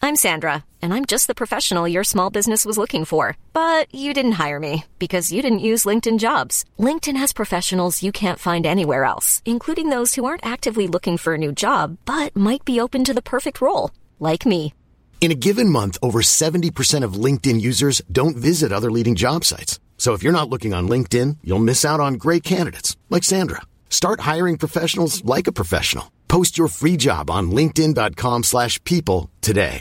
I'm Sandra, and I'm just the professional your small business was looking for. But you didn't hire me because you didn't use LinkedIn Jobs. LinkedIn has professionals you can't find anywhere else, including those who aren't actively looking for a new job, but might be open to the perfect role, like me. In a given month, over 70% of LinkedIn users don't visit other leading job sites. So if you're not looking on LinkedIn, you'll miss out on great candidates like Sandra. Start hiring professionals like a professional. Post your free job on linkedin.com/people today.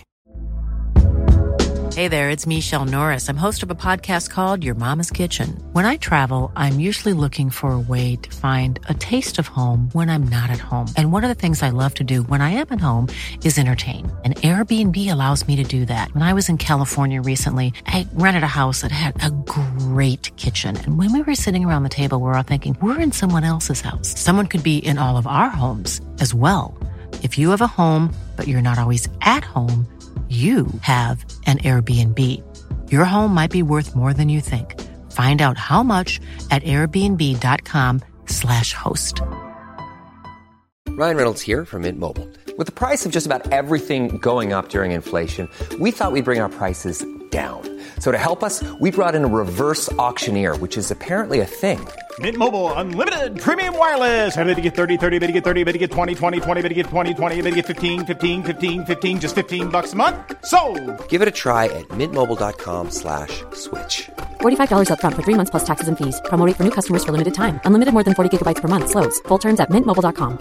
Hey there, it's Michelle Norris. I'm host of a podcast called Your Mama's Kitchen. When I travel, I'm usually looking for a way to find a taste of home when I'm not at home. And one of the things I love to do when I am at home is entertain. And Airbnb allows me to do that. When I was in California recently, I rented a house that had a great kitchen. And when we were sitting around the table, we're all thinking, we're in someone else's house. Someone could be in all of our homes as well. If you have a home, but you're not always at home, you have an Airbnb. Your home might be worth more than you think. Find out how much at airbnb.com/host. Ryan Reynolds here from Mint Mobile. With the price of just about everything going up during inflation, we thought we'd bring our prices down. So to help us, we brought in a reverse auctioneer, which is apparently a thing. Mint Mobile Unlimited Premium Wireless. How to get 30, 30, bit to get 30, bit to get 20, 20, 20, bit to get 20, 20, bit to get 15, 15, 15, 15, just $15 a month? Sold! Give it a try at mintmobile.com/switch. $45 up front for 3 months plus taxes and fees. Promo rate for new customers for limited time. Unlimited more than 40 gigabytes per month. Slows full terms at mintmobile.com.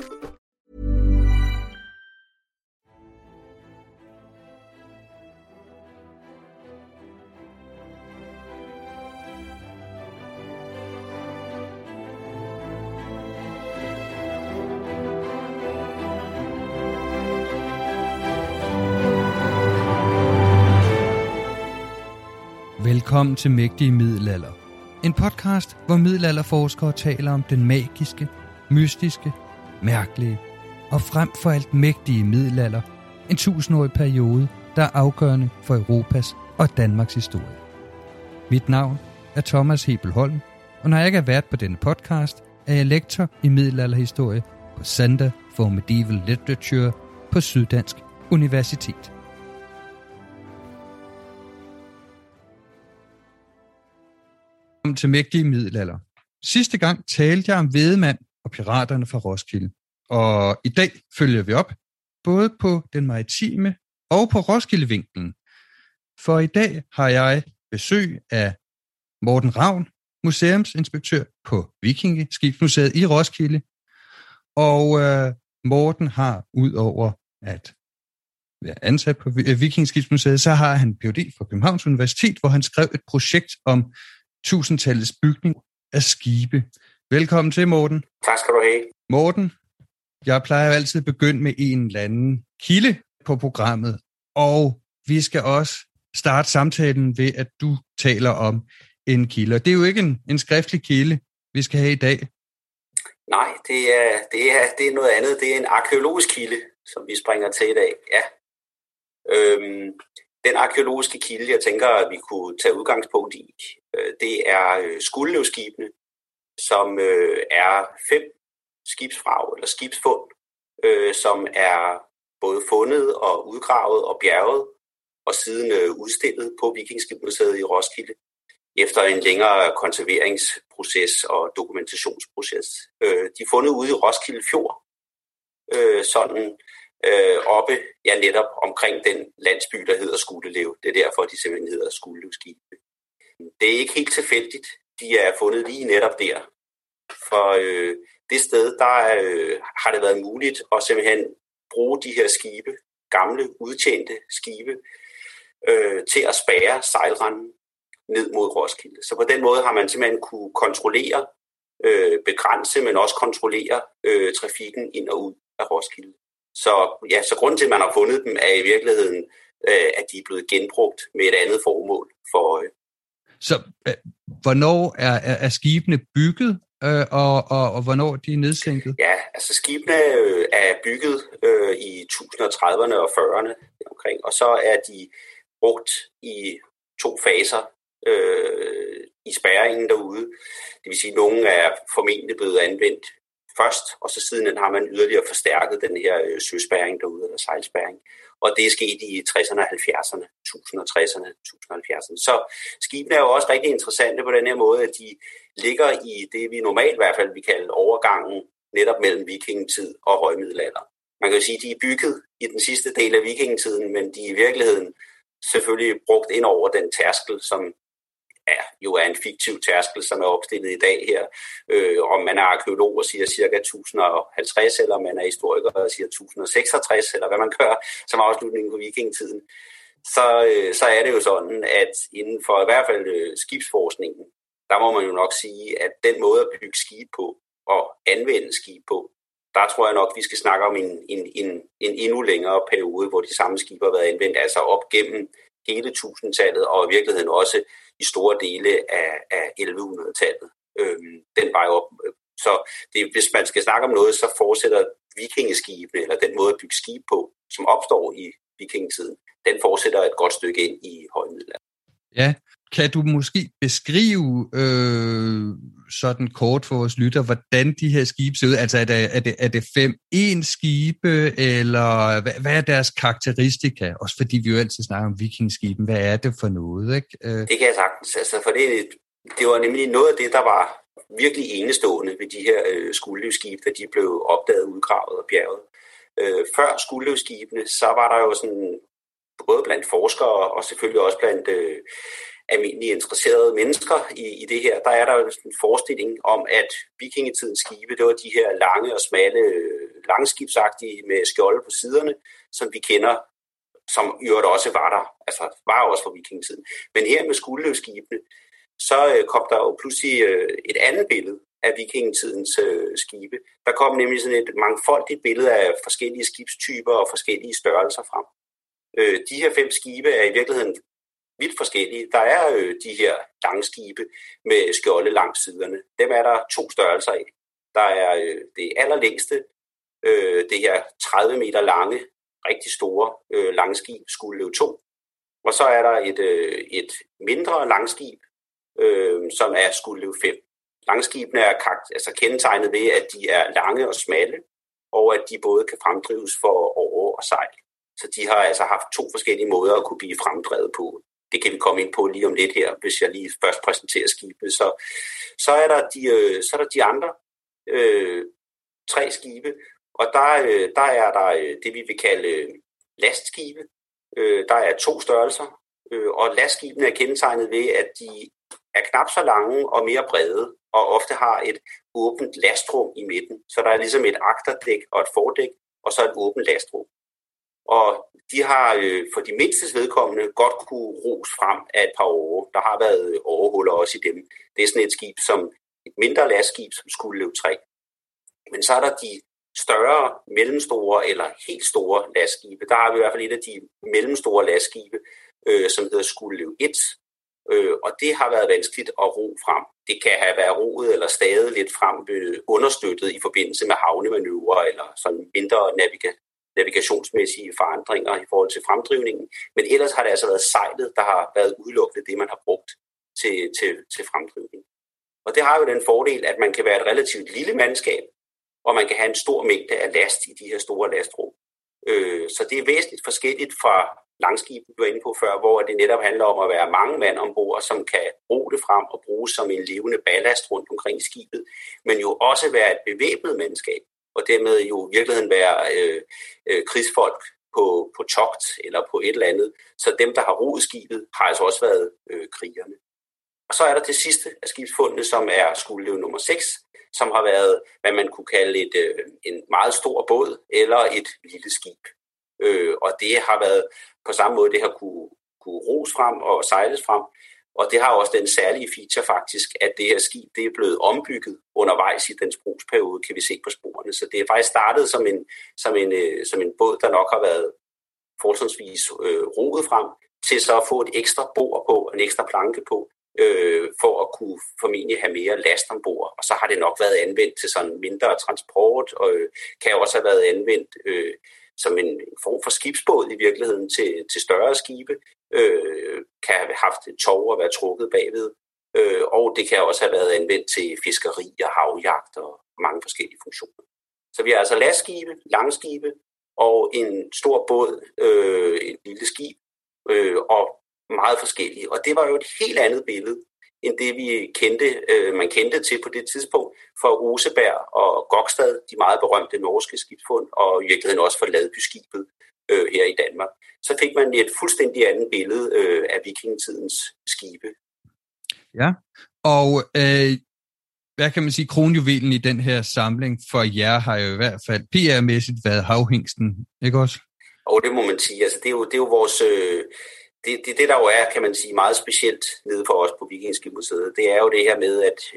Velkommen til Mægtige Middelalder. En podcast, hvor middelalderforskere taler om den magiske, mystiske, mærkelige og frem for alt mægtige middelalder. En 1000-årig periode, der er afgørende for Europas og Danmarks historie. Mit navn er Thomas Hebel Holm, og når jeg ikke er vært på denne podcast, er jeg lektor i middelalderhistorie på Center for Medieval Literature på Syddansk Universitet. Til Mægtige Middelalder. Sidste gang talte jeg om Hvedemand og piraterne fra Roskilde. Og i dag følger vi op, både på den maritime og på Roskildevinklen. For i dag har jeg besøg af Morten Ravn, museumsinspektør på Vikingeskibsmuseet i Roskilde. Og Morten har, udover at være ansat på Vikingeskibsmuseet, så har han Ph.D. fra Københavns Universitet, hvor han skrev et projekt om 1000-tallets bygning af skibe. Velkommen til, Morten. Tak skal du have. Morten, jeg plejer jo altid at begynde med en eller anden kilde på programmet, og vi skal også starte samtalen ved, at du taler om en kilde. Og det er jo ikke en skriftlig kilde, vi skal have i dag. Nej, det er noget andet. Det er en arkæologisk kilde, som vi springer til i dag. Ja. Den arkæologiske kilde, jeg tænker, at vi kunne tage udgangspunkt i, det er Skuldelev-skibene, som er 5 skibsvrag eller skibsfund, som er både fundet og udgravet og bjerget og siden udstillet på Vikingeskibsmuseet i Roskilde efter en længere konserveringsproces og dokumentationsproces. De er fundet ude i Roskilde Fjord, sådan oppe, ja, netop omkring den landsby, der hedder Skuldelev. Det er derfor, de simpelthen hedder Skuldelev-skibene. Det er ikke helt tilfældigt. De er fundet lige netop der. For det sted, der har det været muligt at simpelthen bruge de her skibe, gamle, udtjente skibe, til at spærre sejlrenden ned mod Roskilde. Så på den måde har man simpelthen kunne kontrollere, begrænse, men også kontrollere trafikken ind og ud af Roskilde. Så grunden til, at man har fundet dem, er i virkeligheden, at de er blevet genbrugt med et andet formål for øje. Så hvornår er skibene bygget, og hvornår de er nedsænket? Ja, altså skibene er bygget i 1030'erne og 40'erne omkring, og så er de brugt i 2 faser i spærringen derude. Det vil sige, at nogle er formentlig blevet anvendt først, og så siden har man yderligere forstærket den her søspærring derude, eller sejlspærring. Og det er sket i 60'erne og 70'erne, 1060'erne, 1070'erne. Så skibene er jo også rigtig interessante på den her måde, at de ligger i det, vi normalt i hvert fald vil kalde overgangen netop mellem vikingetid og højmiddelalder. Man kan jo sige, at de er bygget i den sidste del af vikingetiden, men de er i virkeligheden selvfølgelig brugt ind over den tærskel, som jo er en fiktiv tærskel, som er opstillet i dag her. Om man er arkeolog og siger ca. 1050, eller man er historiker og siger 1066, eller hvad man gør som afslutning på vikingetiden, så er det jo sådan, at inden for i hvert fald skibsforskningen, der må man jo nok sige, at den måde at bygge skib på og anvende skib på, der tror jeg nok, vi skal snakke om en endnu længere periode, hvor de samme skibe har været anvendt, altså op gennem hele 1000-tallet, og i virkeligheden også i store dele af 1100-tallet. Den vej op. Så hvis man skal snakke om noget, så fortsætter vikingeskibene, eller den måde at bygge skib på, som opstår i vikingetiden, den fortsætter et godt stykke ind i højmiddelalderen. Ja, kan du måske beskrive sådan kort for vores lytter, hvordan de her skibe ser ud? Altså er det 5-1 skibe, eller hvad er deres karakteristika? Også fordi vi jo altid snakker om vikingskiben. Hvad er det for noget? Ikke? Det kan jeg sagtens. Altså, for det var nemlig noget af det, der var virkelig enestående ved de her skuldløbsskibe, da de blev opdaget, udgravet og bjerget. Før skuldløbsskibene, så var der jo sådan både blandt forskere og selvfølgelig også blandt almindelige interesserede mennesker i det her, der er der jo en forestilling om, at vikingetidens skibe, det var de her lange og smalle, langskibsagtige med skjolde på siderne, som vi kender, som i øvrigt også var der, altså var også fra vikingetiden. Men her med skuldløbsskibene, så kom der jo pludselig et andet billede af vikingetidens skibe. Der kom nemlig sådan et mangfoldigt billede af forskellige skibstyper og forskellige størrelser frem. De her 5 skibe er i virkeligheden vidt forskellige. Der er de her langskibe med skjolde langs siderne. Dem er der 2 størrelser af. Der er det allerlængste, det her 30 meter lange, rigtig store langskib, Skuldløv 2. Og så er der et mindre langskib, som er Skuldløv 5. Langskibene er altså kendetegnet ved, at de er lange og smalle, og at de både kan fremdrives for åre og sejl. Så de har altså haft 2 forskellige måder at kunne blive fremdrevet på. Det kan vi komme ind på lige om lidt her, hvis jeg lige først præsenterer skibet. Så er der de andre 3 skibe, og der er der det, vi vil kalde lastskibe. Der er 2 størrelser, og lastskibene er kendetegnet ved, at de er knap så lange og mere brede, og ofte har et åbent lastrum i midten. Så der er ligesom et agterdæk og et fordæk, og så et åbent lastrum. Og de har for de mindstes vedkommende godt kunne ros frem af et par år. Der har været årehuller også i dem. Det er sådan et skib som et mindre lastskib, som Skuldløv 3. Men så er der de større, mellemstore eller helt store lastskibe. Der har vi i hvert fald et af de mellemstore lastskibe, som hedder Skuldløv 1. Og det har været vanskeligt at ro frem. Det kan have været roet eller stadig lidt frem understøttet i forbindelse med havnemanøvrer eller sådan mindre navigationsmæssige forandringer i forhold til fremdrivningen. Men ellers har det altså været sejlet, der har været udelukket det, man har brugt til fremdrivning. Og det har jo den fordel, at man kan være et relativt lille mandskab, og man kan have en stor mængde af last i de her store lastrum. Så det er væsentligt forskelligt fra langskibet, vi var inde på før, hvor det netop handler om at være mange mand ombord, som kan ro det frem og bruges som en levende ballast rundt omkring skibet, men jo også være et bevæbnet mandskab, og dermed jo i virkeligheden være krigsfolk på togt eller på et eller andet. Så dem, der har roet skibet, har altså også været krigerne. Og så er der det sidste af skibsfundene, som er Skuldløv nummer 6, som har været, hvad man kunne kalde en meget stor båd eller et lille skib. Og det har været på samme måde, det har kunne ros frem og sejles frem. Og det har også den særlige feature faktisk, at det her skib det er blevet ombygget undervejs i dens brugsperiode, kan vi se på sporene. Så det er faktisk startet som en båd, der nok har været forholdsvis roet frem, til så at få et ekstra bord på, en ekstra planke på, for at kunne formentlig have mere last ombord. Og så har det nok været anvendt til sådan mindre transport, og kan også have været anvendt som en form for skibsbåd i virkeligheden til større skibe, kan have haft et tov og være trukket bagved, og det kan også have været anvendt til fiskeri og havjagt mange forskellige funktioner. Så vi har altså lastskibe, langskibe og en stor båd, et lille skib, og meget forskellige. Og det var jo et helt andet billede, end det man kendte til på det tidspunkt for Oseberg og Gokstad, de meget berømte norske skibsfund, og i virkeligheden også for Ladbyskibet her i Danmark. Så fik man et fuldstændig andet billede af vikingetidens skibe. Ja, og hvad kan man sige, kronjuvelen i den her samling for jer har jo i hvert fald PR-mæssigt været havhingsten, ikke også? Og det må man sige. Altså, det er jo vores... Det der jo er, kan man sige, meget specielt nede for os på Vikingeskibsmuseet, det er jo det her med, at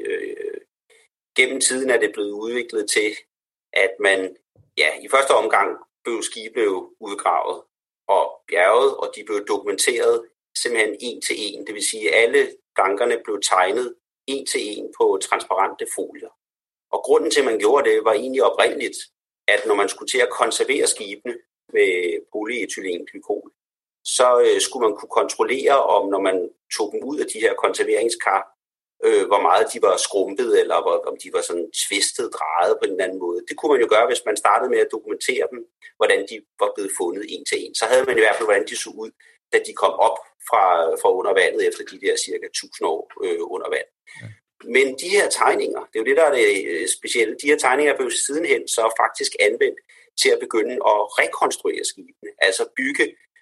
gennem tiden er det blevet udviklet til, at man, i første omgang blev skibe udgravet og bjerget, og de blev dokumenteret simpelthen en til en. Det vil sige, at alle plankerne blev tegnet en til en på transparente folier. Og grunden til, at man gjorde det, var egentlig oprindeligt, at når man skulle til at konservere skibene med polyetylenglykol, så skulle man kunne kontrollere, om når man tog dem ud af de her konserveringskar, hvor meget de var skrumpet, eller om de var sådan tvistet, drejet på en anden måde. Det kunne man jo gøre, hvis man startede med at dokumentere dem, hvordan de var blevet fundet en til en. Så havde man i hvert fald, hvordan de så ud, da de kom op fra under vandet efter de der cirka 1000 år under vand. Ja. Men de her tegninger, det er jo det, der er det specielle, de her tegninger blev sidenhen så faktisk anvendt til at begynde at rekonstruere skibene, altså bygge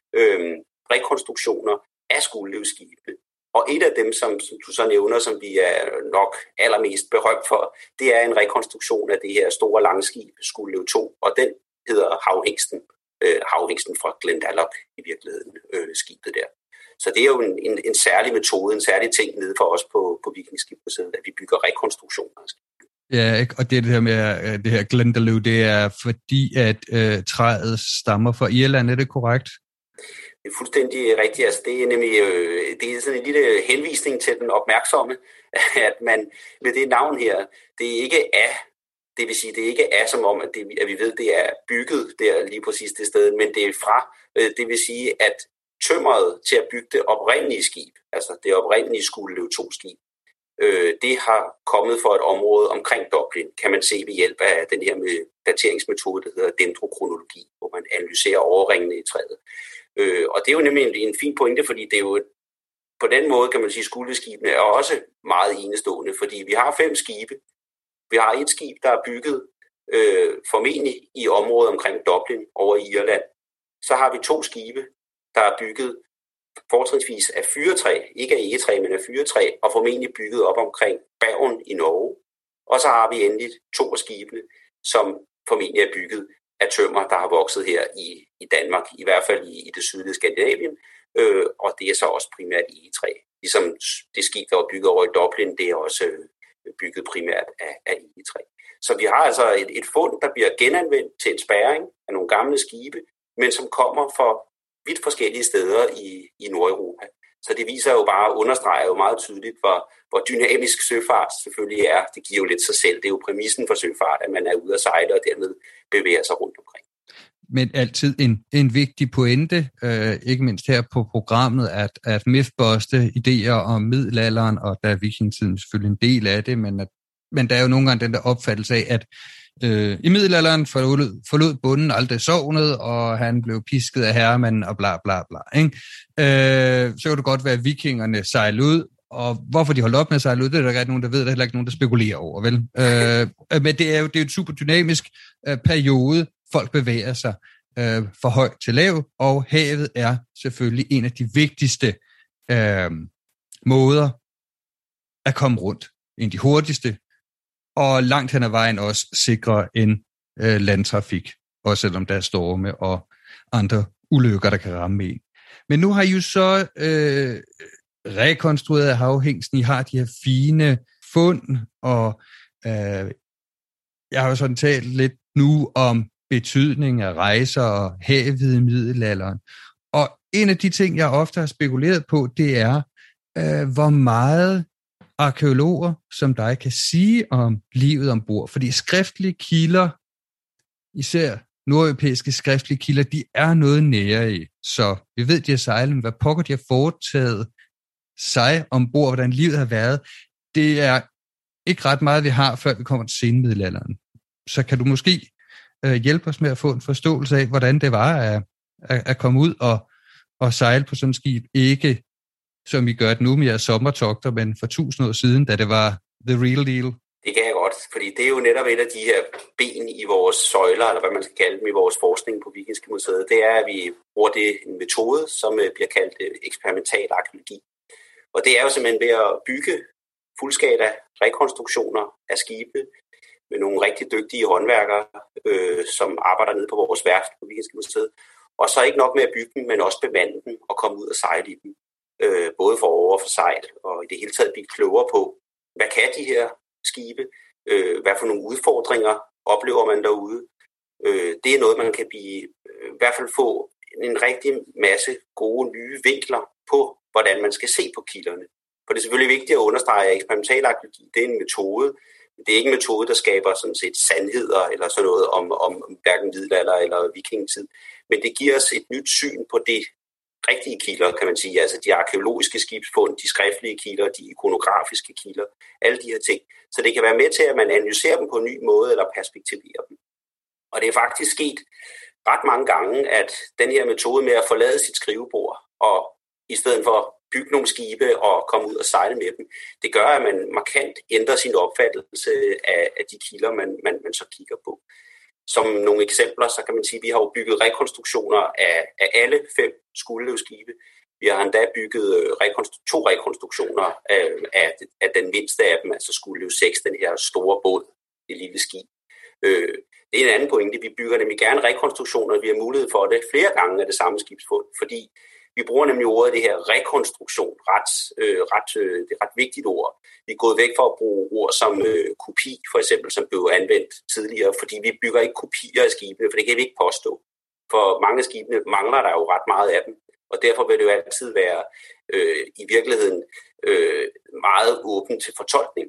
rekonstruktioner af skolelevskibene. Og et af dem, som du så nævner, som vi er nok allermest berømt for, det er en rekonstruktion af det her store langskib, Skolelev 2, og den hedder Havhingsten. Havhingsten fra Glendalough i virkeligheden, skibet der. Så det er jo en særlig metode, en særlig ting nede for os på Vikingeskibsmuseet, at vi bygger rekonstruktioner af skibene. Ja, og det her med det her Glendalough, det er fordi, at træet stammer fra Irland, er det korrekt? Det er fuldstændig rigtigt. Altså, det er nemlig det er sådan en lille henvisning til den opmærksomme, at man med det navn her, det er ikke af, det vil sige, det er ikke af som om, at vi ved, det er bygget der lige præcis det sted, men det er fra, det vil sige, at tømmeret til at bygge det oprindelige skib, altså det oprindelige Skolelev 2-skib, det har kommet for et område omkring Dublin, kan man se ved hjælp af den her med dateringsmetode, der hedder dendrokronologi, hvor man analyserer overringene i træet. Og det er jo nemlig en fin pointe, fordi det er jo på den måde, kan man sige, skoleskibene er også meget enestående, fordi vi har 5 skibe. Vi har et skib, der er bygget formentlig i området omkring Dublin over i Irland. Så har vi 2 skibe, der er bygget fortrinsvis af fyretræ, ikke af egetræ, men af fyretræ, og formentlig bygget op omkring Bergen i Norge. Og så har vi endelig 2 af skibene, som formentlig er bygget af tømmer, der har vokset her i Danmark, i hvert fald i det sydlige Skandinavien, og det er så også primært egetræ. Ligesom det skib, der var bygget over i Dublin, det er også bygget primært af egetræ. Så vi har altså et fund, der bliver genanvendt til en spærring af nogle gamle skibe, men som kommer fra vidt forskellige steder i Nordeuropa. Så det viser jo bare, understreger jo meget tydeligt, hvor dynamisk søfart selvfølgelig er. Det giver jo lidt sig selv. Det er jo præmissen for søfart, at man er ude at sejle og dermed bevæger sig rundt omkring. Men altid en vigtig pointe, ikke mindst her på programmet, at mythbuste idéer om middelalderen, og der er vikingetiden selvfølgelig en del af det, men der er jo nogle gange den der opfattelse af, at i middelalderen forlod bonden aldrig sovnet, og han blev pisket af herremanden og bla bla bla. Ikke? Så kan det godt være, at vikingerne sejlede ud, og hvorfor de holdt op med at sejle ud, det er der ikke nogen, der ved, der er heller ikke nogen, der spekulerer over, vel? Men det er jo et super dynamisk periode, folk bevæger sig fra højt til lav, og havet er selvfølgelig en af de vigtigste måder at komme rundt. En af de hurtigste, og langt hen ad vejen også sikre en landtrafik, også selvom der er storme og andre ulykker, der kan ramme en. Men nu har I jo så rekonstrueret havhingsten. I har de her fine fund, og jeg har jo sådan talt lidt nu om betydning af rejser og havet i middelalderen. Og en af de ting, jeg ofte har spekuleret på, det er, hvor meget arkæologer som dig kan sige om livet ombord. Fordi skriftlige kilder, især nordeuropæiske skriftlige kilder, de er noget nære i. Så vi ved, de har sejlet, men hvad pokker de har foretaget sig ombord, hvordan livet har været. Det er ikke ret meget, vi har, før vi kommer til senmiddelalderen. Så kan du måske hjælpe os med at få en forståelse af, hvordan det var at komme ud og sejle på sådan et skib, ikke som I gør det nu med jeres sommertogter, men for 1000 år siden, da det var the real deal? Det kan jeg godt, fordi det er jo netop et af de her ben i vores søjler, eller hvad man skal kalde dem i vores forskning på Vikingeske Museet. Det er, at vi bruger en metode, som bliver kaldt eksperimental arkæologi. Og det er jo simpelthen ved at bygge fuldskala rekonstruktioner af skibe med nogle rigtig dygtige håndværkere, som arbejder nede på vores værft på Vikingeske Museet. Og så ikke nok med at bygge dem, men også bemande dem og komme ud og sejle i dem. Både for over og for sejl, og i det hele taget blive klogere på, hvad kan de her skibe? Hvad for nogle udfordringer oplever man derude? Det er noget, man kan blive, i hvert fald få en rigtig masse gode nye vinkler på, hvordan man skal se på kilderne. For det er selvfølgelig vigtigt at understrege, at eksperimental arkæologi, det er en metode. Det er ikke en metode, der skaber sådan set sandheder eller sådan noget om hverken middelalder eller vikingetid. Men det giver os et nyt syn på det rigtige kilder, kan man sige. Altså de arkeologiske skibsfund, de skriftlige kilder, de ikonografiske kilder, alle de her ting. Så det kan være med til, at man analyserer dem på en ny måde eller perspektiverer dem. Og det er faktisk sket ret mange gange, at den her metode med at forlade sit skrivebord og i stedet for bygge nogle skibe og komme ud og sejle med dem, det gør, at man markant ændrer sin opfattelse af de kilder, man så kigger på. Som nogle eksempler, så kan man sige, at vi har jo bygget rekonstruktioner af alle 5 skulderløvskibe. Vi har endda bygget 2 rekonstruktioner af den mindste af dem, altså skulderløv 6, den her store båd, det lille skib. Det er en anden pointe. Vi bygger nemlig gerne rekonstruktioner, vi har mulighed for det flere gange af det samme skibsfund, fordi vi bruger nemlig ordet det her rekonstruktion, det er et ret vigtigt ord. Vi er gået væk fra at bruge ord som kopi, for eksempel, som blev anvendt tidligere, fordi vi bygger ikke kopier af skibene, for det kan vi ikke påstå. For mange af skibene mangler der jo ret meget af dem, og derfor vil det jo altid være i virkeligheden meget åbent til fortolkning.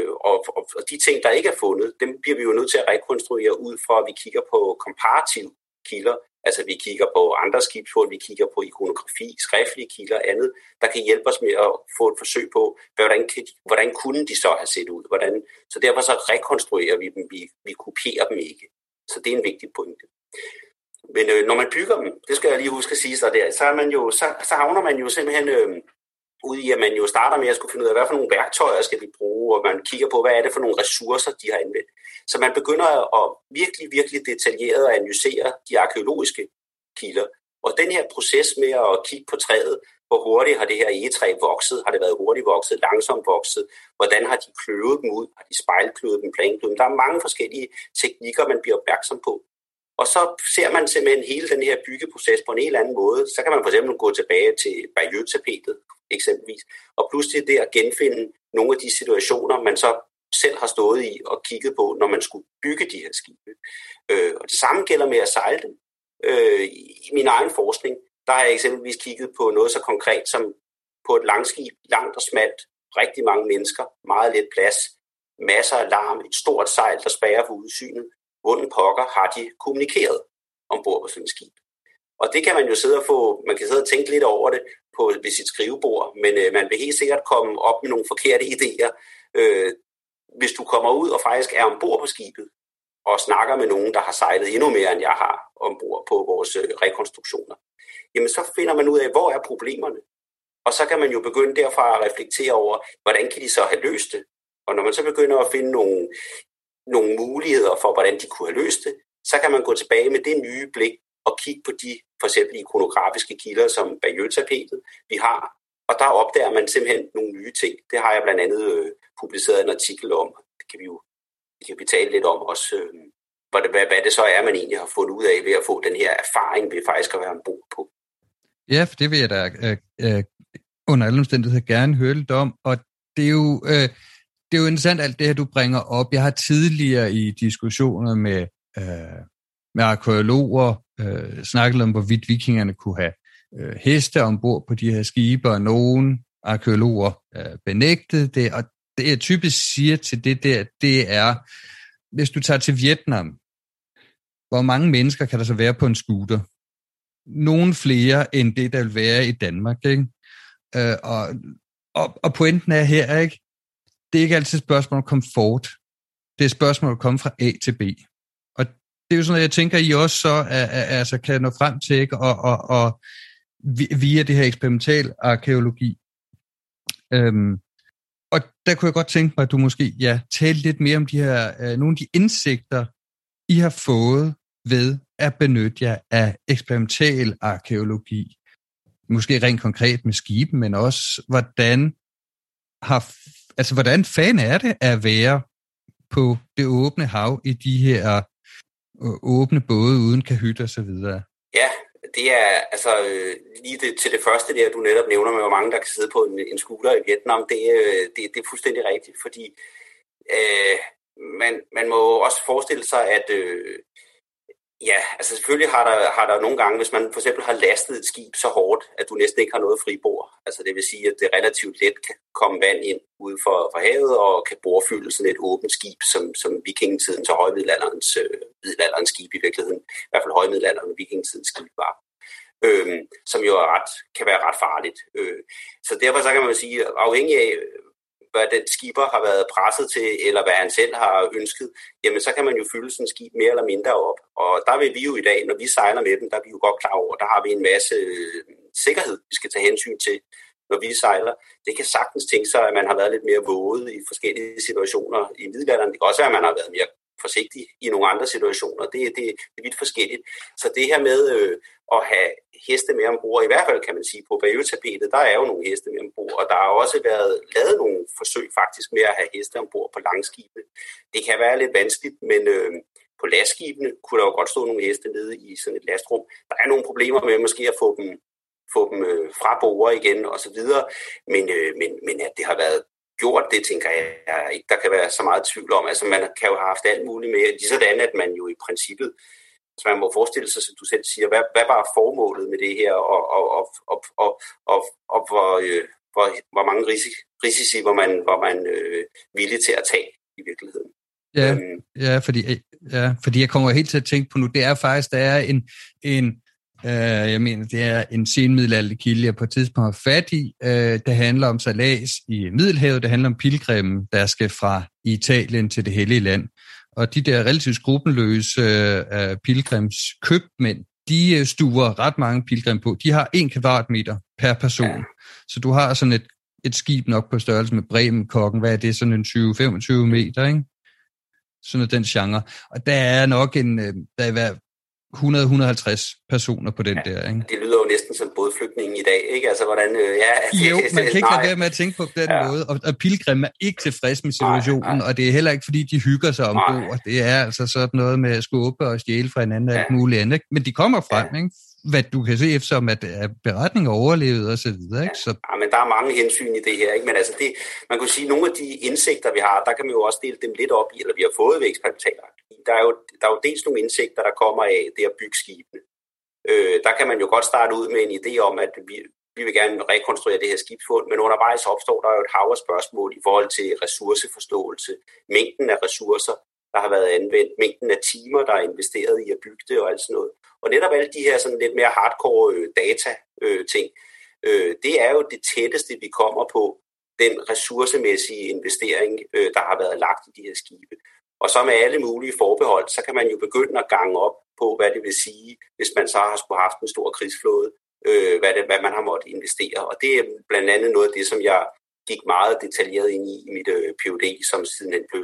Og de ting, der ikke er fundet, dem bliver vi jo nødt til at rekonstruere ud fra, at vi kigger på komparative kilder. Altså vi kigger på andre skibsfund, vi kigger på ikonografi, skriftlige kilder og andet, der kan hjælpe os med at få et forsøg på, hvordan kunne de så have set ud. Så derfor så rekonstruerer vi dem, vi kopierer dem ikke. Så det er en vigtig pointe. Men når man bygger dem, det skal jeg lige huske at sige så der, så havner man jo simpelthen ude i, at man jo starter med at skulle finde ud af, hvad for nogle værktøjer skal vi bruge, og man kigger på, hvad er det for nogle ressourcer, de har anvendt. Så man begynder at virkelig detaljeret at analysere de arkeologiske kilder. Og den her proces med at kigge på træet, hvor hurtigt har det her egetræ vokset, har det været hurtigt vokset, langsomt vokset, hvordan har de kløvet dem ud, har de spejlkløvet dem, plankløvet dem. Der er mange forskellige teknikker, man bliver opmærksom på. Og så ser man simpelthen hele den her byggeproces på en helt anden måde. Så kan man for eksempel gå tilbage til Bayeux-tapetet eksempelvis, og pludselig det at genfinde nogle af de situationer, man så selv har stået i og kigget på, når man skulle bygge de her skibe. Og det samme gælder med at sejle dem. I min egen forskning, der har jeg eksempelvis kigget på noget så konkret som på et langskib, langt og smalt, rigtig mange mennesker, meget lidt plads, masser af larm, et stort sejl, der spærrer for udsynet. Hvordan pokker har de kommunikeret ombord på sådan et skib? Og det kan man jo man kan sidde og tænke lidt over det ved sit skrivebord, men man vil helt sikkert komme op med nogle forkerte idéer. Hvis du kommer ud og faktisk er ombord på skibet og snakker med nogen, der har sejlet endnu mere, end jeg har ombord på vores rekonstruktioner, jamen så finder man ud af, hvor er problemerne. Og så kan man jo begynde derfra at reflektere over, hvordan kan de så have løst det? Og når man så begynder at finde nogle muligheder for, hvordan de kunne have løst det, så kan man gå tilbage med det nye blik og kigge på de for eksempel ikonografiske kilder, som Bayeux-tapetet vi har. Og der opdager man simpelthen nogle nye ting. Det har jeg blandt andet publiceret en artikel om. Det kan vi tale lidt om også, hvad det så er, man egentlig har fundet ud af ved at få den her erfaring ved faktisk at være ombord på. Ja, for det vil jeg da under alle omstændigheder gerne høre lidt om. Og det er jo... Det er jo interessant alt det her, du bringer op. Jeg har tidligere i diskussioner med arkeologer snakket om, hvorvidt vikingerne kunne have heste ombord på de her skibe, og nogle arkeologer benægtede det. Og det, jeg typisk siger til det er, hvis du tager til Vietnam, hvor mange mennesker kan der så være på en scooter? Nogle flere end det, der vil være i Danmark, ikke? Og pointen er her, ikke? det er ikke altid et spørgsmål om komfort. Det er et spørgsmål at komme fra A til B. Og det er jo sådan, at jeg tænker, at I også så altså kan nå frem til, ikke? Og via det her eksperimental arkæologi. Og der kunne jeg godt tænke mig, at du måske talte lidt mere om de her, nogle af de indsigter, I har fået ved at benytte jer af eksperimental arkæologi. Måske rent konkret med skibe, men også hvordan fanden er det at være på det åbne hav i de her åbne både uden kahyt og så videre? Ja, det er altså lige til det første der, du netop nævner med, hvor mange der kan sidde på en skulder i Vietnam, det er fuldstændig rigtigt, fordi man må også forestille sig, at altså selvfølgelig har der nogle gange, hvis man for eksempel har lastet et skib så hårdt, at du næsten ikke har noget fribord. Altså det vil sige, at det relativt let kan komme vand ind ude for havet og kan borefylde sådan et åbent skib, som vikingetiden til middelalderens skib i virkeligheden, i hvert fald højmiddelalderen vikingetidens skib var. Som jo kan være ret farligt. Så derfor så kan man sige, afhængig af hvad den skipper har været presset til, eller hvad han selv har ønsket, jamen så kan man jo fylde sådan et skib mere eller mindre op. Og der vil vi jo i dag, når vi sejler med dem, der er vi jo godt klar over, der har vi en masse sikkerhed, vi skal tage hensyn til, når vi sejler. Det kan sagtens tænke sig, at man har været lidt mere våget i forskellige situationer i middelalderen. Det kan også være, at man har været mere forsigtig i nogle andre situationer. Det er vidt forskelligt. Så det her med at have heste med ombord, i hvert fald kan man sige, på Bayeux-tapetet, der er jo nogle heste med ombord, og der har også været lavet nogle forsøg faktisk med at have heste ombord på langskibene. Det kan være lidt vanskeligt, men på lastskibene kunne der jo godt stå nogle heste nede i sådan et lastrum. Der er nogle problemer med måske at få dem fra borde igen og så videre, men at det har været gjort, det tænker jeg ikke, der kan være så meget tvivl om. Altså man kan jo have haft alt muligt med, lige sådan at man jo i princippet, så man må forestille sig, som du selv siger, hvad var formålet med det her, og hvor mange risici var man villig til at tage i virkeligheden. Fordi jeg kommer helt til at tænke på nu, det er faktisk, der er det er en senmiddelalderlig kilde, jeg på et tidspunkt har fat i. Det handler om sejlads i Middelhavet, det handler om pilgrimen, der skal fra Italien til det hellige land. Og de der relativt skrupelløse pilgrimskøbmænd, de stuer ret mange pilgrim på. De har 1 kvadratmeter per person. Ja. Så du har sådan et skib nok på størrelse med Bremen-kokken. Hvad er det? Sådan en 20-25 meter, ikke? Sådan den genre. Og der er nok der er 100-150 personer på den der, ikke? Det lyder jo næsten som bådflygtningen i dag, ikke? Altså, hvordan... man kan ikke lade være med at tænke på den måde, og pilgrim er ikke tilfreds med situationen, og det er heller ikke, fordi de hygger sig ombord. Det er altså sådan noget med at skubbe og stjæle fra hinanden og alt muligt andet, men de kommer frem, ikke? Hvad du kan se efter, at beretninger overlevet og så videre, ikke? Så... Ja, men der er mange hensyn i det her, ikke? Men altså, man kan sige, nogle af de indsigter, vi har, der kan man jo også dele dem lidt op i, eller vi har fået ved eksperimentaler. Der er jo dels nogle indsigter, der kommer af det at bygge skibene. Der kan man jo godt starte ud med en idé om, at vi vil gerne rekonstruere det her skibsfund, men undervejs opstår der jo et hav af spørgsmål i forhold til ressourceforståelse, mængden af ressourcer, der har været anvendt, mængden af timer, der er investeret i at bygge det og alt sådan noget. Og netop alle de her sådan lidt mere hardcore data-ting, det er jo det tætteste, vi kommer på den ressourcemæssige investering, der har været lagt i de her skibe. Og så med alle mulige forbehold, så kan man jo begynde at gange op på, hvad det vil sige, hvis man så har skulle haft en stor krigsflåde, hvad man har måttet investere. Og det er blandt andet noget af det, som jeg gik meget detaljeret ind i mit PhD, som sidenhen blev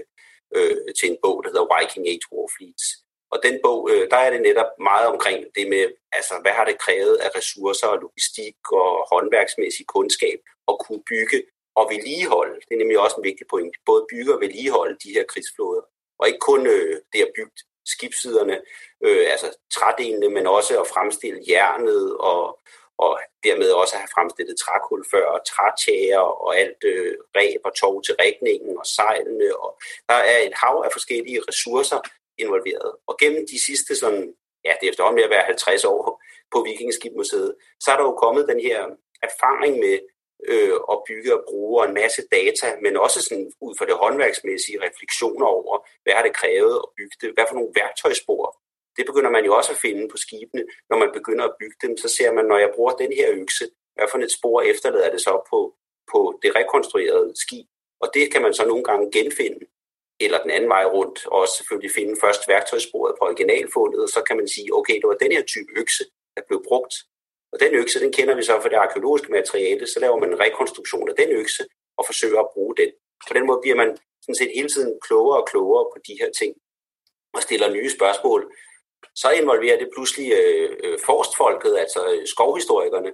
til en bog, der hedder Viking Age War Fleets. Og den bog, der er det netop meget omkring det med, altså hvad har det krævet af ressourcer og logistik og håndværksmæssig kundskab at kunne bygge og vedligeholde. Det er nemlig også en vigtig point. Både bygge og vedligeholde de her krigsflåder. Og ikke kun det at bygge skibssiderne, altså trædelene, men også at fremstille jernet og dermed også at have fremstillet trækul før, og trætjager og alt ræb og tov til rigningen og sejlene. Og der er et hav af forskellige ressourcer involveret. Og gennem de sidste sådan, det er efterhånden med at være 50 år på Vikingeskibmuseet, så er der jo kommet den her erfaring med at bygge og bruge en masse data, men også sådan ud fra det håndværksmæssige refleksioner over, hvad har det krævet at bygge det, hvad for nogle værktøjsspor. Det begynder man jo også at finde på skibene. Når man begynder at bygge dem, så ser man, når jeg bruger den her økse, hvad for et spor efterlader det så på det rekonstruerede skib. Og det kan man så nogle gange genfinde, eller den anden vej rundt, og også selvfølgelig finde først værktøjssporet på originalfundet, og så kan man sige, okay, det var den her type økse, der blev brugt. Og den økse, den kender vi så fra det arkeologiske materiale, så laver man en rekonstruktion af den økse, og forsøger at bruge den. På den måde bliver man sådan set hele tiden klogere og klogere på de her ting, og stiller nye spørgsmål. Så involverer det pludselig forstfolket, altså skovhistorikerne,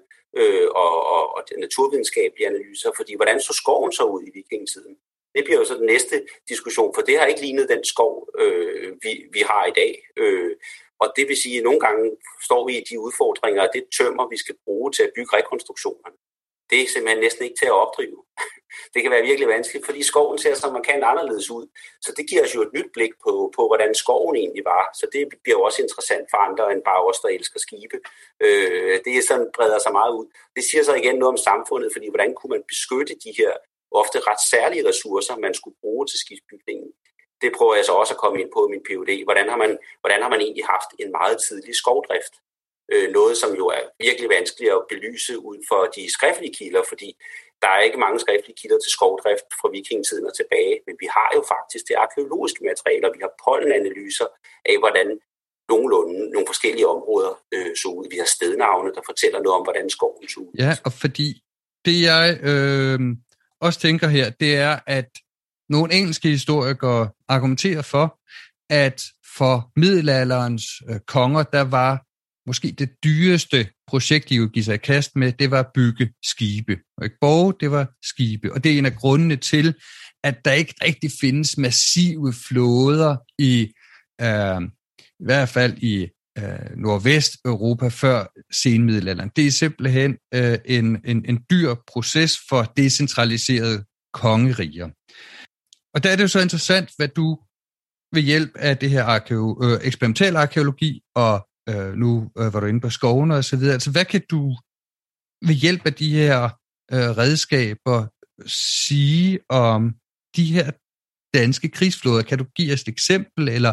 og naturvidenskabelige analyser, fordi hvordan så skoven så ud i vikingetiden? Det bliver jo så den næste diskussion, for det har ikke lignet den skov, vi har i dag. Og det vil sige, at nogle gange står vi i de udfordringer, og det tømmer, vi skal bruge til at bygge rekonstruktionerne. Det er simpelthen næsten ikke til at opdrive. Det kan være virkelig vanskeligt, fordi skoven ser så markant anderledes ud. Så det giver os jo et nyt blik på hvordan skoven egentlig var. Så det bliver jo også interessant for andre end bare os, der elsker skibe. Det er sådan, breder sig meget ud. Det siger så igen noget om samfundet, fordi hvordan kunne man beskytte de her ofte ret særlige ressourcer, man skulle bruge til skibsbygningen. Det prøver jeg så også at komme ind på i min PhD. Hvordan har man egentlig haft en meget tidlig skovdrift? Noget, som jo er virkelig vanskeligt at belyse ud for de skriftlige kilder, fordi der er ikke mange skriftlige kilder til skovdrift fra vikingetiden og tilbage, men vi har jo faktisk det arkeologiske materialer, vi har pollenanalyser af, hvordan nogle forskellige områder så ud. Vi har stednavne, der fortæller noget om, hvordan skoven så ud. Ja, og fordi det jeg også tænker her, det er, at nogle engelske historikere argumenterer for, at for middelalderens konger, der var måske det dyreste projekt, de kunne give sig i kast med, det var at bygge skibe. Og ikke borge, det var skibe. Og det er en af grundene til, at der ikke rigtig findes massive flåder i hvert fald i Nordvesteuropa før senmiddelalderen. Det er simpelthen en dyr proces for decentraliserede kongeriger. Og der er det jo så interessant, hvad du ved hjælp af det her eksperimental arkeologi, og nu var du inde på skovene og så videre, altså hvad kan du ved hjælp af de her redskaber sige om de her danske krigsflåder? Kan du give os et eksempel, eller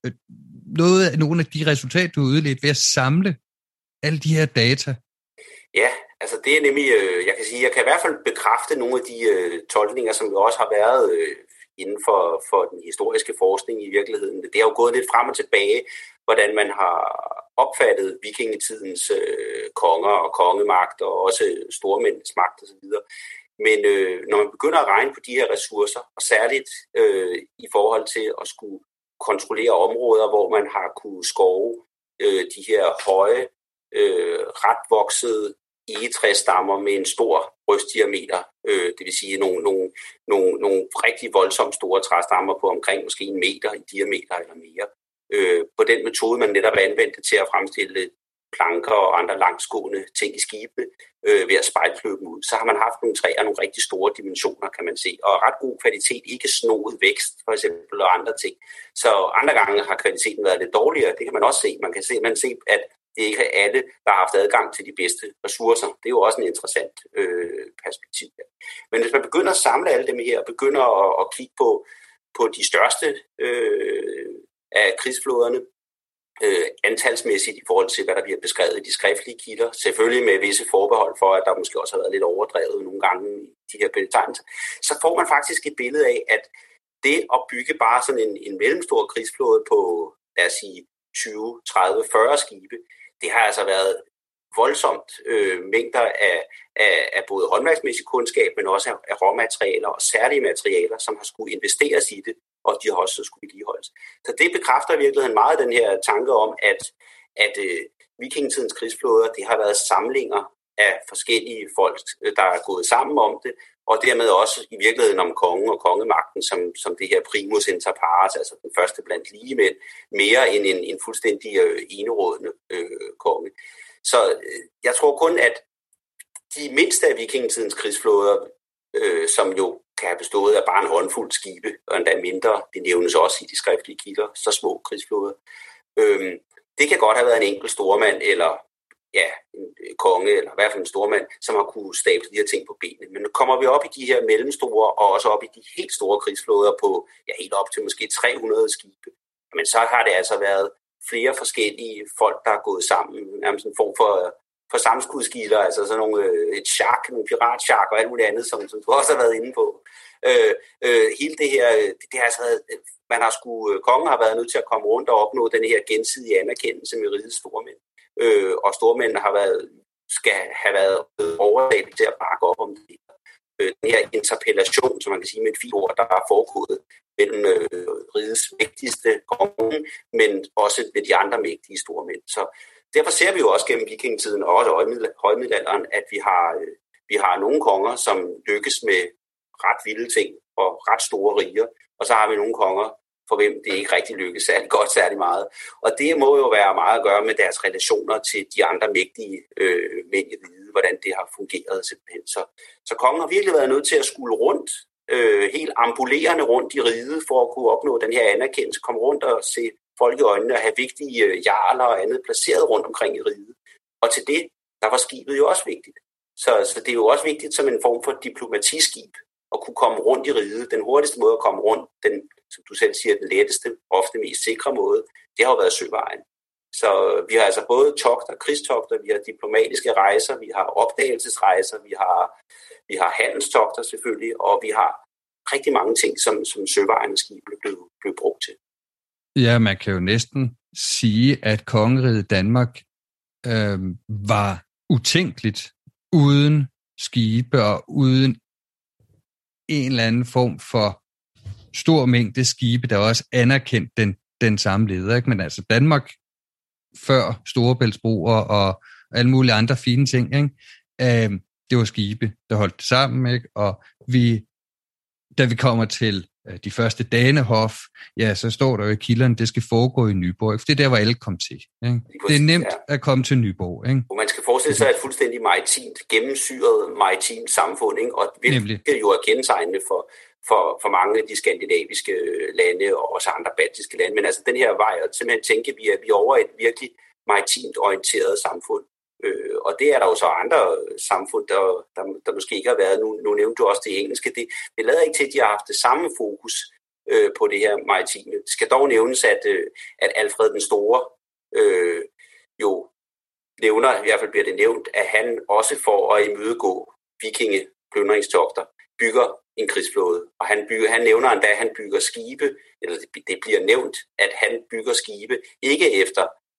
nogle af de resultater, du har udledt ved at samle alle de her data? Ja, altså det er nemlig, jeg kan i hvert fald bekræfte nogle af de tolkninger, som jo også har været inden for den historiske forskning i virkeligheden. Det har jo gået lidt frem og tilbage, hvordan man har opfattet vikingetidens konger og kongemagt og også stormændenes magt osv. Men når man begynder at regne på de her ressourcer, og særligt i forhold til at skulle kontrollere områder, hvor man har kunne skove de her høje, ret voksede egetræsstammer med en stor brystdiameter, det vil sige nogle rigtig voldsomt store træstammer på omkring måske 1 meter i diameter eller mere. På den metode, man netop anvendte til at fremstille planker og andre langsgående ting i skibene ved at spejlkløbe dem ud, så har man haft nogle træer nogle rigtig store dimensioner, kan man se, og ret god kvalitet, ikke snoet vækst for eksempel og andre ting. Så andre gange har kvaliteten været lidt dårligere, det kan man også se. Man kan se, at det ikke er alle, der har haft adgang til de bedste ressourcer. Det er jo også en interessant perspektiv. Men hvis man begynder at samle alle dem her, og begynder at kigge på de største af krigsflåderne, antalsmæssigt i forhold til, hvad der bliver beskrevet i de skriftlige kilder, selvfølgelig med visse forbehold for, at der måske også har været lidt overdrevet nogle gange i de her betegnelser, så får man faktisk et billede af, at det at bygge bare sådan en mellemstor krigsflåde på, lad os sige, 20, 30, 40 skibe, det har altså været voldsomt mængder af både håndværksmæssig kundskab, men også af råmaterialer og særlige materialer, som har skulle investeres i det, og de har også skulle vedligeholdes. Så det bekræfter i virkeligheden meget den her tanke om, at vikingetidens krigsflåder, det har været samlinger af forskellige folk, der er gået sammen om det, og dermed også i virkeligheden om kongen og kongemagten, som det her primus inter pares, altså den første blandt ligemænd, mere end en fuldstændig enerådende konge. Så jeg tror kun, at de mindste af vikingetidens krigsflåder, som jo kan have bestået af bare en håndfuld skibe, og endda mindre, det nævnes også i de skriftlige kilder, så små krigsflåder. Det kan godt have været en enkelt stormand, eller en konge, eller i hvert fald en stormand, som har kunne stable de her ting på benene. Men nu kommer vi op i de her mellemstore, og også op i de helt store krigsflåder på, helt op til måske 300 skibe. Men så har det altså været flere forskellige folk, der er gået sammen, nærmest en form for sammenskudskilder, altså sådan nogle et shark, nogle piratshark og alt muligt andet, som du også har været inde på. Hele det her, det har altså kongen har været nødt til at komme rundt og opnå den her gensidige anerkendelse med rigets stormænd. Og stormændene skal have været overtaget til at bakke op om det. Den her interpellation, som man kan sige med et fint ord, der er foregået mellem rigets mægtigste konge, men også med de andre mægtige stormænd. Så derfor ser vi jo også gennem vikingetiden og også højmiddelalderen, at vi har nogle konger, som lykkes med ret vilde ting og ret store riger, og så har vi nogle konger, for hvem det ikke rigtig lykkes særlig godt, særlig meget. Og det må jo være meget at gøre med deres relationer til de andre mægtige mænd i riget, hvordan det har fungeret simpelthen. Så kongen har virkelig været nødt til at skulle rundt, helt ambulerende rundt i riget, for at kunne opnå den her anerkendelse, komme rundt og se folk i øjnene og have vigtige jarler og andet placeret rundt omkring i riget. Og til det, der var skibet jo også vigtigt. Så det er jo også vigtigt som en form for diplomatiskib at kunne komme rundt i riget. Den hurtigste måde at komme rundt, den, som du selv siger, den letteste, ofte mest sikre måde, det har jo været søvejen. Så vi har altså både togter, krigstogter, vi har diplomatiske rejser, vi har opdagelsesrejser, vi har handelstogter selvfølgelig, og vi har rigtig mange ting, som søvejen og skibene blev brugt til. Ja, man kan jo næsten sige, at kongeriget Danmark var utænkeligt uden skibe og uden en eller anden form for stor mængde skibe, der også anerkendt den samme leder. Ikke? Men altså Danmark før Storebæltsbroer og alle mulige andre fine ting, ikke? Det var skibe, der holdt det sammen. Ikke? Og da vi kommer til de første Danehof, ja, så står der jo i kilderne, det skal foregå i Nyborg. For det er der, hvor alle kom til. Ikke? Det er nemt at komme til Nyborg. Ikke? Og man skal forestille sig et fuldstændig maritimt, gennemsyret maritimt samfund, ikke? Og hvilket jo er kendetegnende for mange af de skandinaviske lande og også andre baltiske lande. Men altså den her vej, at simpelthen tænke, at vi er over et virkelig maritimt orienteret samfund. Og det er der jo så andre samfund, der måske ikke har været. Nu nævnte du også det engelske. Det lader ikke til, at de har haft det samme fokus på det her maritime. Det skal dog nævnes, at Alfred den Store jo nævner, i hvert fald bliver det nævnt, at han også for at imødegå vikingeplyndringstogter bygger en krigsflåde. Og han nævner endda, at han bygger skibe, eller det bliver nævnt, at han bygger skibe ikke efter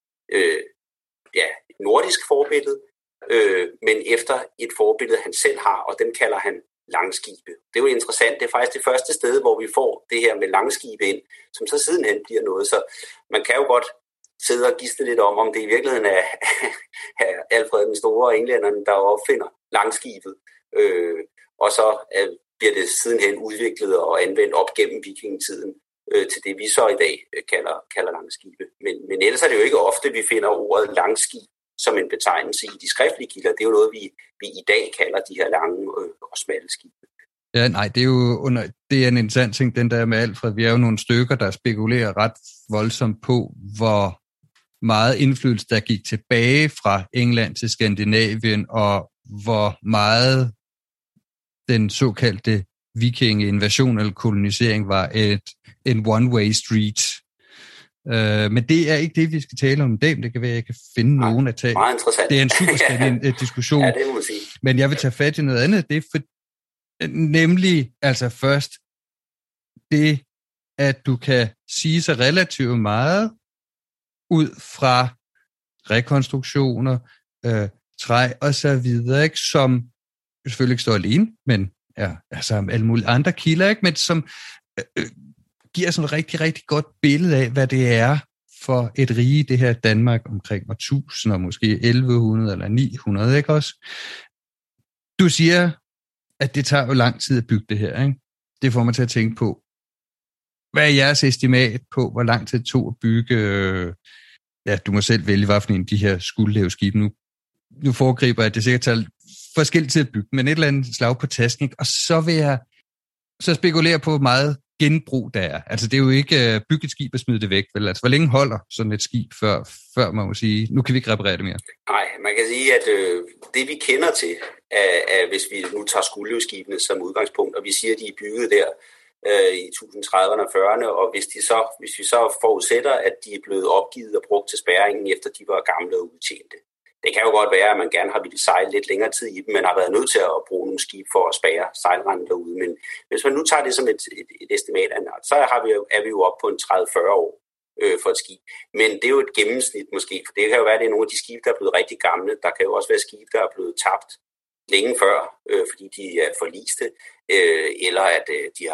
et nordisk forbillede, men efter et forbillede, han selv har, og dem kalder han langskibe. Det er jo interessant. Det er faktisk det første sted, hvor vi får det her med langskibe ind, som så sidenhen bliver noget. Så man kan jo godt sidde og gisne lidt om det i virkeligheden er Alfred den Store og englænderne, der opfinder langskibet. Og så bliver det sidenhen udviklet og anvendt op gennem vikingetiden til det, vi så i dag kalder langskibe. Men ellers er det jo ikke ofte, vi finder ordet langskib som en betegnelse i de skriftlige kilder. Det er jo noget, vi i dag kalder de her lange og smalle skibe. Ja, nej, det er jo det er en interessant ting, den der med Alfred. Vi er jo nogle stykker, der spekulerer ret voldsomt på, hvor meget indflydelse der gik tilbage fra England til Skandinavien, og hvor meget den såkaldte vikingeinvasion eller kolonisering var en one-way street. Men det er ikke det, vi skal tale om i dag. Det kan være, at jeg kan finde nogen at tage. Meget interessant. Det er en super spændende diskussion. Ja, det må man sige. Men jeg vil tage fat i noget andet. Det er nemlig altså først det, at du kan sige så relativt meget ud fra rekonstruktioner, træ og så videre, ikke? Som selvfølgelig ikke står alene, men altså alle mulige andre kilder, ikke? Men som giver sådan et rigtig, rigtig godt billede af, hvad det er for et rige, det her Danmark omkring år 1000 og måske 1100 eller 900, ikke også? Du siger, at det tager jo lang tid at bygge det her, ikke? Det får mig til at tænke på, hvad er jeres estimat på, hvor lang tid det tog at bygge, du må selv vælge, hvad for en af de her skuldleveskib. Nu foregriber jeg, at det sikkert tager forskelligt til at bygge, men et eller andet slag på tasken, og så vil jeg så spekulere på, hvor meget genbrug der er. Altså det er jo ikke bygge et skib og smide det væk, vel? Altså hvor længe holder sådan et skib, før man må sige, nu kan vi ikke reparere det mere? Nej, man kan sige, at det vi kender til, hvis vi nu tager skuldlevskibene som udgangspunkt, og vi siger, at de er bygget der i 1030'erne og 40'erne, og hvis vi så forudsætter, at de er blevet opgivet og brugt til spærringen, efter de var gamle og udtjente. Det kan jo godt være, at man gerne har ville sejle lidt længere tid i dem, men har været nødt til at bruge nogle skib for at spærre sejlrenden derude. Men hvis man nu tager det som et estimat, så er vi jo oppe på en 30-40 år for et skib. Men det er jo et gennemsnit måske, for det kan jo være, at det er nogle af de skibe, der er blevet rigtig gamle. Der kan jo også være skibe, der er blevet tabt længe før, fordi de er forliste, eller at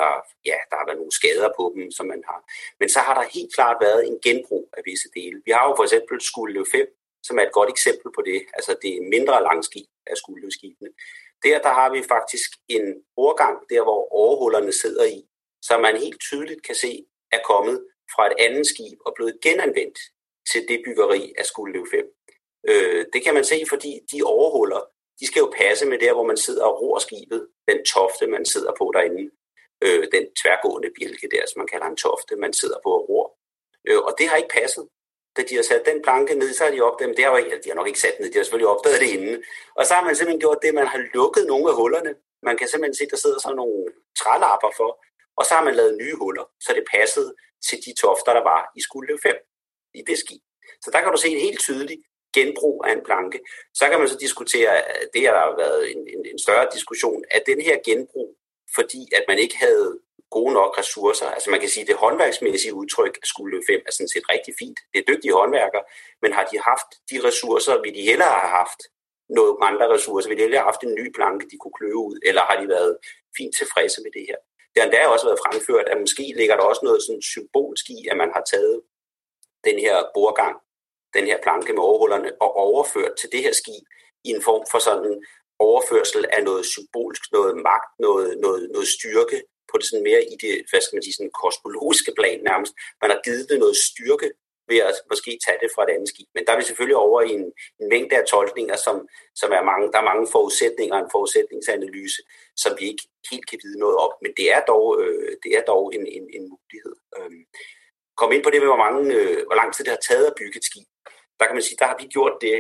der har været nogle skader på dem, som man har. Men så har der helt klart været en genbrug af visse dele. Vi har jo for eksempel Skuldelev 5, som er et godt eksempel på det. Altså det er mindre langskib af Skuldelev-skibene. Der har vi faktisk en overgang, der hvor overhullerne sidder i, som man helt tydeligt kan se er kommet fra et andet skib og blevet genanvendt til det byggeri af Skuldelev 5. Det kan man se, fordi de overhuller, de skal jo passe med der, hvor man sidder og ror skibet, den tofte, man sidder på derinde, den tværgående bjælke der, som man kalder en tofte, man sidder på og ror. Og det har ikke passet. Da de har sat den planke ned, så har de opdaget, de har nok ikke sat ned, de har selvfølgelig opdaget det inden. Og så har man simpelthen gjort det, man har lukket nogle af hullerne. Man kan simpelthen se, der sidder sådan nogle trælapper for, og så har man lavet nye huller, så det passede til de tofter, der var i Skuldelev 5 i det skib. Så der kan du se en helt tydelig genbrug af en planke. Så kan man så diskutere, det har været en større diskussion, at den her genbrug, fordi at man ikke havde gode nok ressourcer. Altså man kan sige, at det håndværksmæssige udtryk af Skuldelev 5 er sådan set rigtig fint. Det er dygtige håndværkere, men har de haft de ressourcer, vil de hellere have haft nogle andre ressourcer? Vil de hellere have haft en ny planke, de kunne kløve ud? Eller har de været fint tilfredse med det her? Det har endda også været fremført, at måske ligger der også noget sådan symbolsk i, at man har taget den her bordgang, den her planke med overhullerne, og overført til det her skib i en form for sådan overførsel af noget symbolsk, noget magt, noget styrke, på det sådan mere i det, hvad skal man sige, sådan kosmologiske plan nærmest. Man har givet det noget styrke ved at måske tage det fra et andet skib. Men der er vi selvfølgelig over i en mængde af tolkninger, som er mange, der er mange forudsætninger og en forudsætningsanalyse, som vi ikke helt kan vide noget om. Men det er dog en mulighed. Kom ind på det med, hvor lang tid det har taget at bygge et skib. Der kan man sige, der har vi gjort det,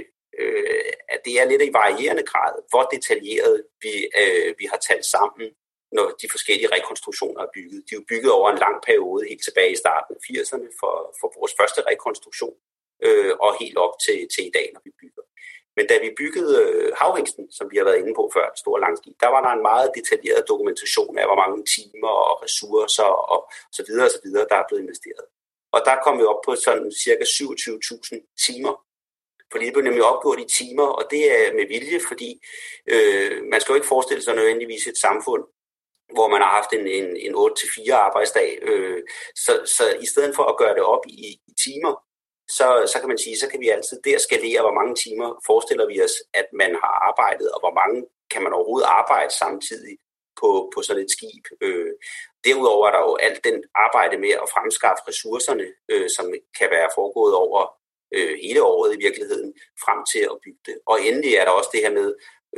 at det er lidt i varierende grad, hvor detaljeret vi har talt sammen, når de forskellige rekonstruktioner er bygget. De er jo bygget over en lang periode, helt tilbage i starten af 80'erne for vores første rekonstruktion, og helt op til i dag, når vi bygger. Men da vi byggede Havhingsten, som vi har været inde på før, et stort langskib, der var der en meget detaljeret dokumentation af, hvor mange timer og ressourcer og så videre, der er blevet investeret. Og der kom vi op på sådan cirka 27.000 timer. Fordi det blev nemlig opgjort i timer, og det er med vilje, fordi man skal jo ikke forestille sig nødvendigvis et samfund, hvor man har haft en 8-4 arbejdsdag. Så i stedet for at gøre det op i timer, så kan man sige, så kan vi altid der skalere, hvor mange timer forestiller vi os, at man har arbejdet, og hvor mange kan man overhovedet arbejde samtidig på sådan et skib. Derudover er der jo alt den arbejde med at fremskaffe ressourcerne, som kan være foregået over hele året i virkeligheden, frem til at bygge det. Og endelig er der også det her med,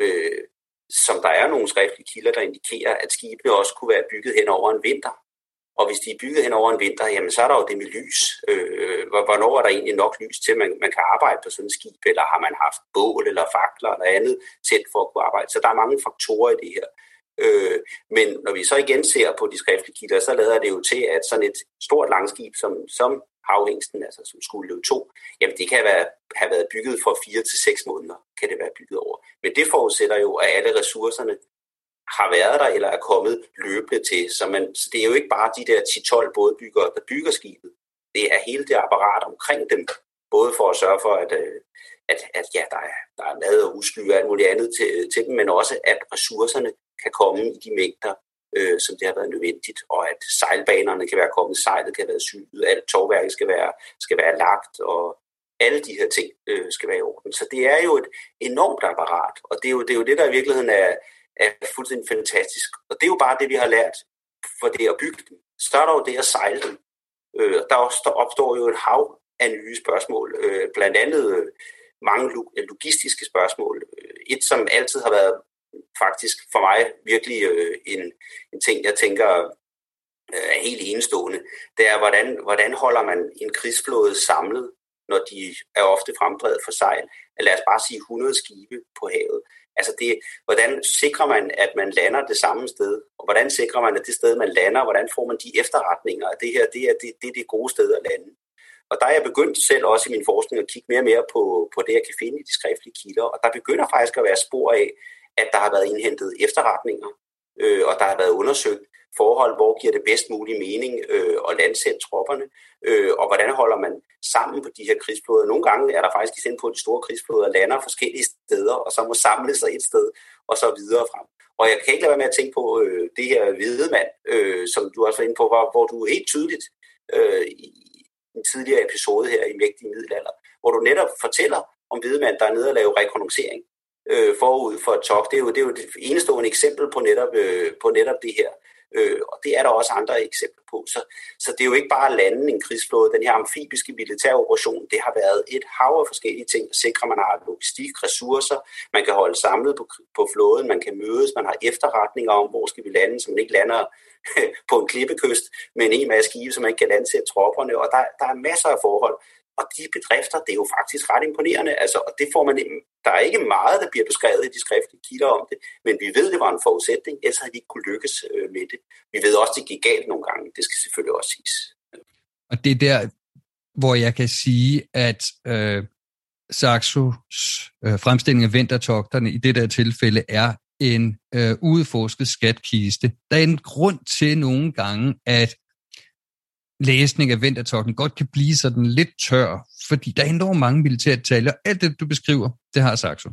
som der er nogle skriftlige kilder, der indikerer, at skibene også kunne være bygget hen over en vinter. Og hvis de er bygget hen over en vinter, jamen så er der jo det med lys. Hvornår er der egentlig nok lys til, at man kan arbejde på sådan et skib, eller har man haft bål eller fakler eller andet til for at kunne arbejde. Så der er mange faktorer i det her. Men når vi så igen ser på de skriftlige kilder, så lader det jo til, at sådan et stort langskib som Havhingsten, altså som Skuldelev 2, jamen det kan have været bygget for 4 til 6 måneder, kan det være bygget over. Men det forudsætter jo, at alle ressourcerne har været der eller er kommet løbende til. Så det er jo ikke bare de der 10-12 bådbyggere, der bygger skibet. Det er hele det apparat omkring dem, både for at sørge for, at der er mad og udstyr og alt muligt andet til dem, men også at ressourcerne kan komme i de mængder, som det har været nødvendigt, og at sejlbanerne kan være kommet, sejlet kan være syet, alt tovværket skal være lagt, og alle de her ting skal være i orden. Så det er jo et enormt apparat, og det er jo det, der i virkeligheden er fuldstændig fantastisk. Og det er jo bare det, vi har lært for det at bygge dem. Så er der jo det at sejle dem. Der opstår jo et hav af nye spørgsmål, blandt andet mange logistiske spørgsmål. Et, som altid har været faktisk for mig virkelig en ting, jeg tænker er helt enestående, det er, hvordan holder man en krigsflåde samlet, når de er ofte fremdrevet for sejl. Lad os bare sige 100 skibe på havet. Altså hvordan sikrer man, at man lander det samme sted? Og hvordan sikrer man, at det sted, man lander, hvordan får man de efterretninger? At det her, det er det gode sted at lande. Og der er jeg begyndt selv også i min forskning at kigge mere og mere på det, jeg kan finde i de skriftlige kilder. Og der begynder faktisk at være spor af, at der har været indhentet efterretninger, og der har været undersøgt forhold, hvor giver det bedst mulig mening at landsætte tropperne, og hvordan holder man sammen på de her krigsflåder. Nogle gange er der faktisk eksempel på, at de store krigsflåder lander forskellige steder, og så må samle sig et sted, og så videre frem. Og jeg kan ikke lade være med at tænke på det her Hvidemand, som du også var inde på, hvor du helt tydeligt i en tidligere episode her i Mægtige Middelalder, hvor du netop fortæller om Hvidemand, der er nede og lave rekognoscering forud for et togt. Det er jo et enestående eksempel på netop det her. Og det er der også andre eksempler på. Så det er jo ikke bare at lande en krigsflåde. Den her amfibiske militæroperation, det har været et hav af forskellige ting. At sikre, at man har logistik, ressourcer, man kan holde samlet på flåden, man kan mødes, man har efterretninger om, hvor skal vi lande, så man ikke lander på en klippekyst med en masse skibe, så man ikke kan landsætte tropperne. Og der er masser af forhold. Og de bedrifter, det er jo faktisk ret imponerende. Altså, og det får man, der er ikke meget, der bliver beskrevet i de skriftlige kilder om det, men vi ved, det var en forudsætning, ellers havde de ikke kunne lykkes med det. Vi ved også, det gik galt nogle gange. Det skal selvfølgelig også siges. Og det er der, hvor jeg kan sige, at Saxos fremstilling af vendertogterne i det der tilfælde er en udforsket skatkiste. Der er en grund til nogle gange, at læsning af vendertogten godt kan blive sådan lidt tør, fordi der er enormt mange militære detaljer. Alt det, du beskriver, det har Saxo.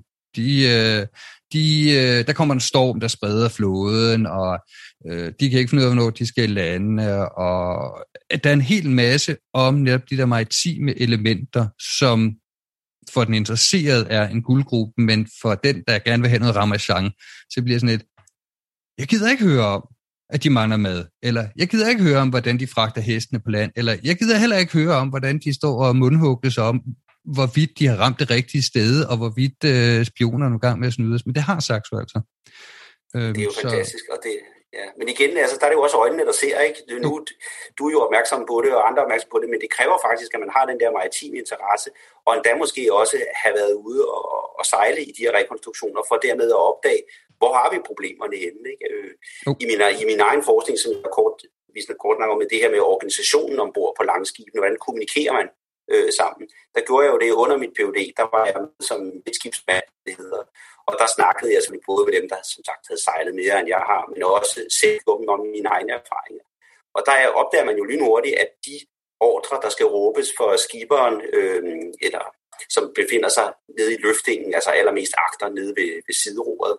Der kommer en storm, der spreder flåden, og de kan ikke finde ud af, hvornår de skal lande, og der er en hel masse om netop de der maritime elementer, som for den interesserede er en guldgruppe, men for den, der gerne vil have noget ramachan, så bliver sådan et, jeg gider ikke høre om, at de mangler mad, eller jeg gider ikke høre om, hvordan de fragter hestene på land, eller jeg gider heller ikke høre om, hvordan de står og mundhugges om, hvorvidt de har ramt det rigtige sted, og hvorvidt spionerne er i gang med at snyde os. Men det har Saxo altså. Det er jo fantastisk, og det, ja. Men igen, altså, der er det jo også øjnene, der ser, ikke? Du er jo opmærksom på det, og andre er opmærksom på det, men det kræver faktisk, at man har den der maritime interesse, og endda måske også have været ude og sejle i de her rekonstruktioner, for dermed at opdage, hvor har vi problemerne henne, ikke? I min egen forskning, som jeg kort nok om med det her med organisationen ombord på langskibene, hvordan kommunikerer man sammen. Der gjorde jeg jo det under mit PhD, der var jeg med som et skibsmand, det hedder. Og der snakkede jeg selvfølgelig både med dem, der som sagt havde sejlet mere, end jeg har, men også selv om mine egne erfaringer. Og der opdager man jo lynhurtigt, at de ordre, der skal råbes for skiberen, eller som befinder sig nede i løftingen, altså allermest agter nede ved sideroret,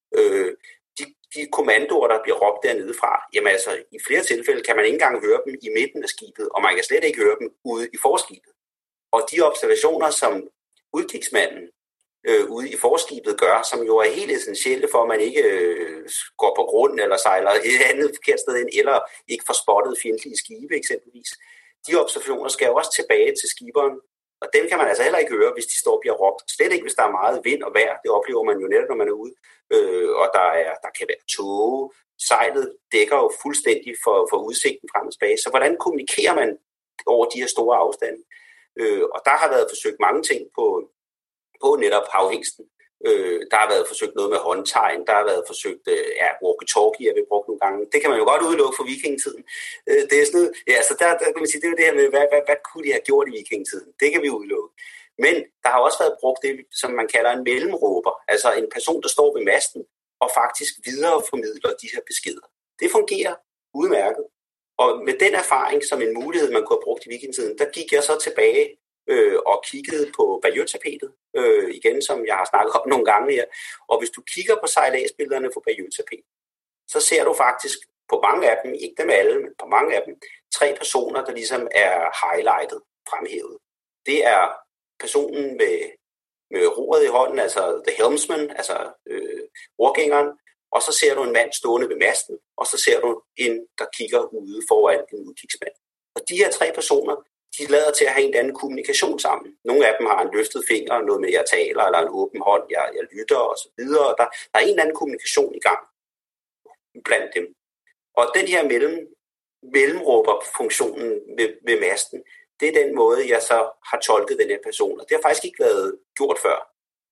de kommandoer, der bliver råbt dernede fra, jamen altså, i flere tilfælde kan man ikke engang høre dem i midten af skibet, og man kan slet ikke høre dem ude i forskibet. Og de observationer, som udkigsmanden ude i forskibet gør, som jo er helt essentielle for, at man ikke går på grund eller sejler et andet forkert sted ind, eller ikke får spottet fjendtlige skibe eksempelvis. De observationer skal jo også tilbage til skiberen, og dem kan man altså heller ikke høre, hvis de står og bliver råbt. Slet ikke, hvis der er meget vind og vejr. Det oplever man jo netop, når man er ude. Og der kan være tåge. Sejlet dækker jo fuldstændig for udsigten frem og tilbage. Så hvordan kommunikerer man over de her store afstande? Og der har været forsøgt mange ting på netop havhingsten. Der har været forsøgt noget med håndtegn, der har været forsøgt walkie-talkie, jeg vil bruge nogle gange. Det kan man jo godt udelukke for vikingetiden. Det er sådan noget, ja, så der kan man sige, det er jo det her med, hvad kunne de have gjort i vikingetiden? Det kan vi udelukke. Men der har også været brugt det, som man kalder en mellemråber, altså en person, der står ved masten og faktisk videreformidler de her beskeder. Det fungerer udmærket. Og med den erfaring som en mulighed, man kunne have brugt i vikingetiden, der gik jeg så tilbage og kiggede på Bayeux-tapetet, igen, som jeg har snakket om nogle gange her. Og hvis du kigger på sejladsbillederne for Bayeux-tapetet, så ser du faktisk på mange af dem, ikke dem alle, men på mange af dem, 3 personer, der ligesom er highlightet, fremhævet. Det er personen med roret i hånden, altså the helmsman, altså rorgængeren, og så ser du en mand stående ved masten, og så ser du en, der kigger ude foran en udkigsmand. Og de her 3 personer, de lader til at have en anden kommunikation sammen. Nogle af dem har en løftet finger, noget med, jeg taler, eller en åben hånd, jeg lytter, og så videre. Og der er en eller anden kommunikation i gang blandt dem. Og den her mellemråberfunktionen ved masten, det er den måde, jeg så har tolket den her person. Og det har faktisk ikke været gjort før.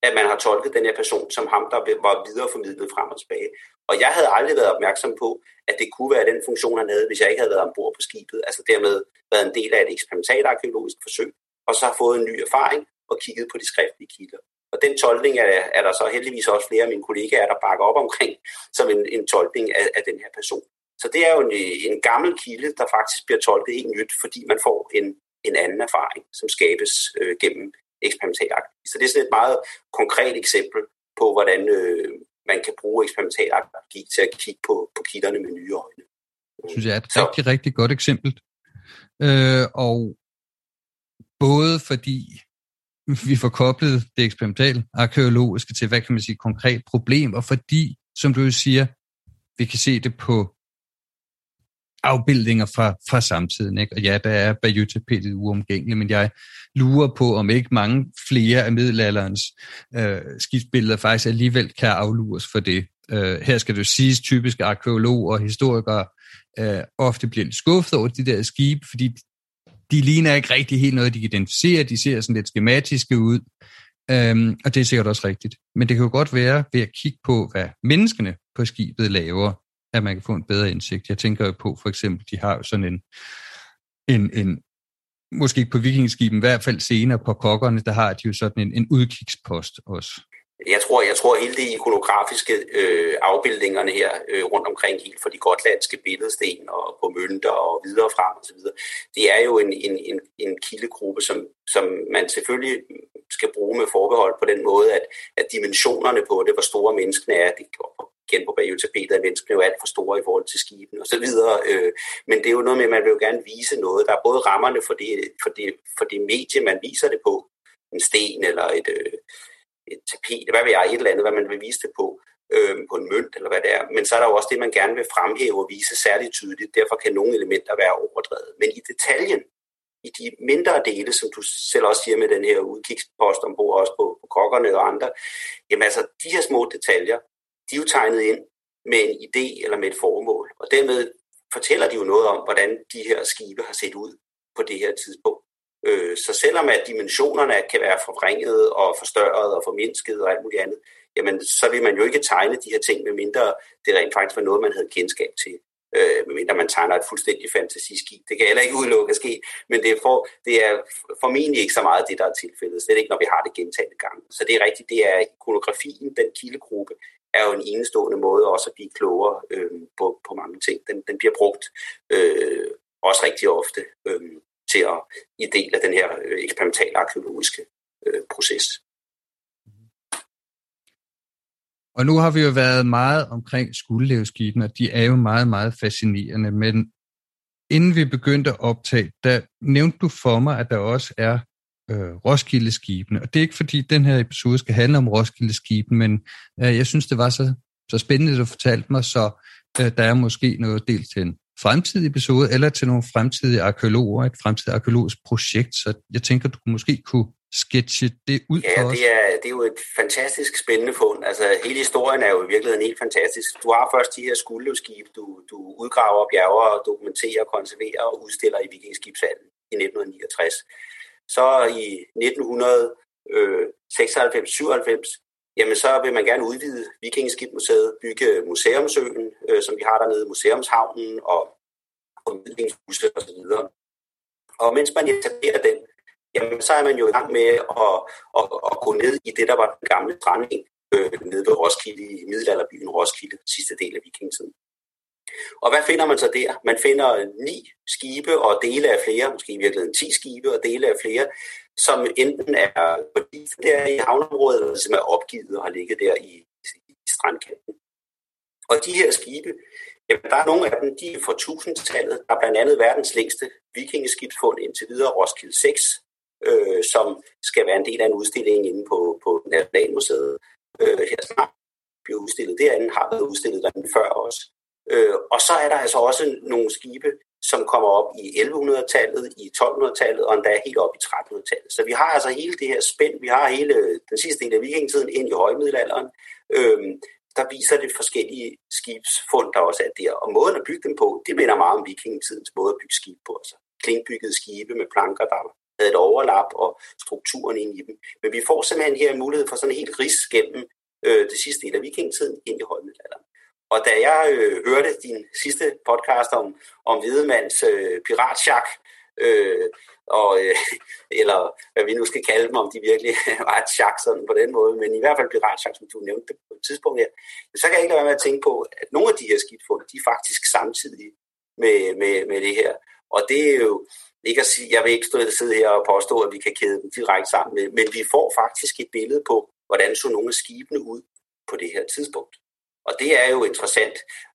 at man har tolket den her person som ham, der var videreformidlet frem og tilbage. Og jeg havde aldrig været opmærksom på, at det kunne være den funktion, han havde, hvis jeg ikke havde været ombord på skibet. Altså dermed været en del af et eksperimentalarkæologisk forsøg, og så har fået en ny erfaring og kigget på de skriftlige kilder. Og den tolkning er der så heldigvis også flere af mine kollegaer, der bakker op omkring, som en tolkning af den her person. Så det er jo en gammel kilde, der faktisk bliver tolket helt nyt, fordi man får en anden erfaring, som skabes gennem eksperimentalarkæologi. Så det er sådan et meget konkret eksempel på, hvordan man kan bruge eksperimentalarkæologi til at kigge på kilderne med nye øjne. Det synes jeg er et rigtig, rigtig godt eksempel. Og både fordi vi får koblet det eksperimental-arkeologiske til, hvad kan man sige, konkret problem, og fordi, som du siger, vi kan se det på afbildninger fra samtiden. Ikke? Og ja, der er Bayeux-tapetet uomgængeligt, men jeg lurer på, om ikke mange flere af middelalderens skibsbilleder faktisk alligevel kan aflures for det. Her skal det jo siges, typiske arkeologer og historikere ofte bliver lidt skuffet over de der skibe, fordi de ligner ikke rigtig helt noget, de kan identificere. De ser sådan lidt skematiske ud, og det er sikkert også rigtigt. Men det kan jo godt være, ved at kigge på, hvad menneskene på skibet laver, at man kan få en bedre indsigt. Jeg tænker jo på, for eksempel, de har jo sådan en måske ikke på vikingeskiben, i hvert fald senere på kokkerne, der har de jo sådan en udkigspost også. Jeg tror hele det ikonografiske afbildningerne her rundt omkring helt for de gotlandske billedsten og på mønter og videre frem og så videre, det er jo en kildegruppe, som man selvfølgelig skal bruge med forbehold på den måde, at dimensionerne på det, hvor store menneskene er, det igen på Bayeux-tapetet, at menneskene er jo alt for store i forhold til skibene og så videre. Men det er jo noget med, at man vil jo gerne vise noget. Der er både rammerne for det medie, man viser det på, en sten eller et tapet, hvad ved jeg, et eller andet, hvad man vil vise det på en mønt, eller hvad det er. Men så er der jo også det, man gerne vil fremhæve og vise særligt tydeligt. Derfor kan nogle elementer være overdrevet. Men i detaljen, i de mindre dele, som du selv også siger med den her udkigspost ombord, også på kokkerne og andre, jamen altså, de her små detaljer, de er jo tegnet ind med en idé eller med et formål. Og dermed fortæller de jo noget om, hvordan de her skibe har set ud på det her tidspunkt. Så selvom at dimensionerne kan være forvrænget og forstørret og formindsket og alt muligt andet, jamen så vil man jo ikke tegne de her ting, medmindre det rent faktisk var noget, man havde kendskab til. Medmindre man tegner et fuldstændig fantasiskib. Det kan heller ikke udelukke at ske, men det er formentlig ikke så meget det, der er tilfældet. Slet ikke, når vi har det gentagne gange. Så det er rigtigt, det er ikonografien, den kildegruppe, er jo en enestående måde også at blive klogere på mange ting. Den bliver brugt også rigtig ofte til at i del af den her eksperimentale arkeologiske proces. Og nu har vi jo været meget omkring skuldelevskibene, og de er jo meget, meget fascinerende, men inden vi begyndte at optage, der nævnte du for mig, at der også er Roskildeskibene, og det er ikke fordi den her episode skal handle om Roskildeskibene, men jeg synes, det var så spændende, at du fortalte mig, så der er måske noget delt til en fremtidig episode, eller til nogle fremtidige arkeologer, et fremtidigt arkeologisk projekt, så jeg tænker, du måske kunne sketche det ud for os. Ja, det er jo et fantastisk spændende fund. Altså, hele historien er jo i virkeligheden helt fantastisk. Du har først de her skuldelevskibe, du udgraver, bjerger, dokumenterer, konserverer og udstiller i Vikingeskibshallen i 1969. Så i 1996-97, jamen så vil man gerne udvide Vikingeskibsmuseet, bygge Museumsøen, som vi har dernede, Museumshavnen og formidlingshuse og så videre. Og mens man etablerer den, jamen så er man jo i gang med at gå ned i det, der var den gamle stranding nede ved Roskilde, i middelalderbyen Roskilde, sidste del af vikingetiden. Og hvad finder man så der? Man finder 9 skibe og dele af flere, måske i virkeligheden 10 skibe og dele af flere, som enten er der i havneområdet, eller som er opgivet og har ligget der i strandkanten. Og de her skibe, jamen, der er nogle af dem, de er fra 1000-tallet. Der er blandt andet verdens længste vikingeskibsfund indtil videre, Roskilde 6, som skal være en del af en udstilling inde på Nationalmuseet. Her snart bliver udstillet derinde, har været udstillet derinde før også. Og så er der altså også nogle skibe, som kommer op i 1100-tallet, i 1200-tallet og endda helt op i 1300-tallet. Så vi har altså hele det her spænd, vi har hele den sidste del af vikingetiden ind i højmiddelalderen, der viser det forskellige skibsfund, der også er der. Og måden at bygge dem på, det minder meget om vikingetidens måde at bygge skib på. Altså klingbyggede skibe med planker, havde et overlap og strukturen ind i dem. Men vi får simpelthen her en mulighed for sådan en helt rids gennem det sidste del af vikingetiden ind i højmiddelalderen. Og da jeg hørte din sidste podcast om Hvedemanns piratsjak, eller hvad vi nu skal kalde dem, om de virkelig var et sjak sådan på den måde, men i hvert fald piratsjak, som du nævnte på et tidspunkt her, så kan jeg ikke lade være med at tænke på, at nogle af de her skibsfund, de er faktisk samtidige med det her. Og det er jo ikke at sige, jeg vil ikke sidde her og påstå, at vi kan kæde dem direkte sammen med, men vi får faktisk et billede på, hvordan så nogle af skibene ud på det her tidspunkt. Og det er jo interessant,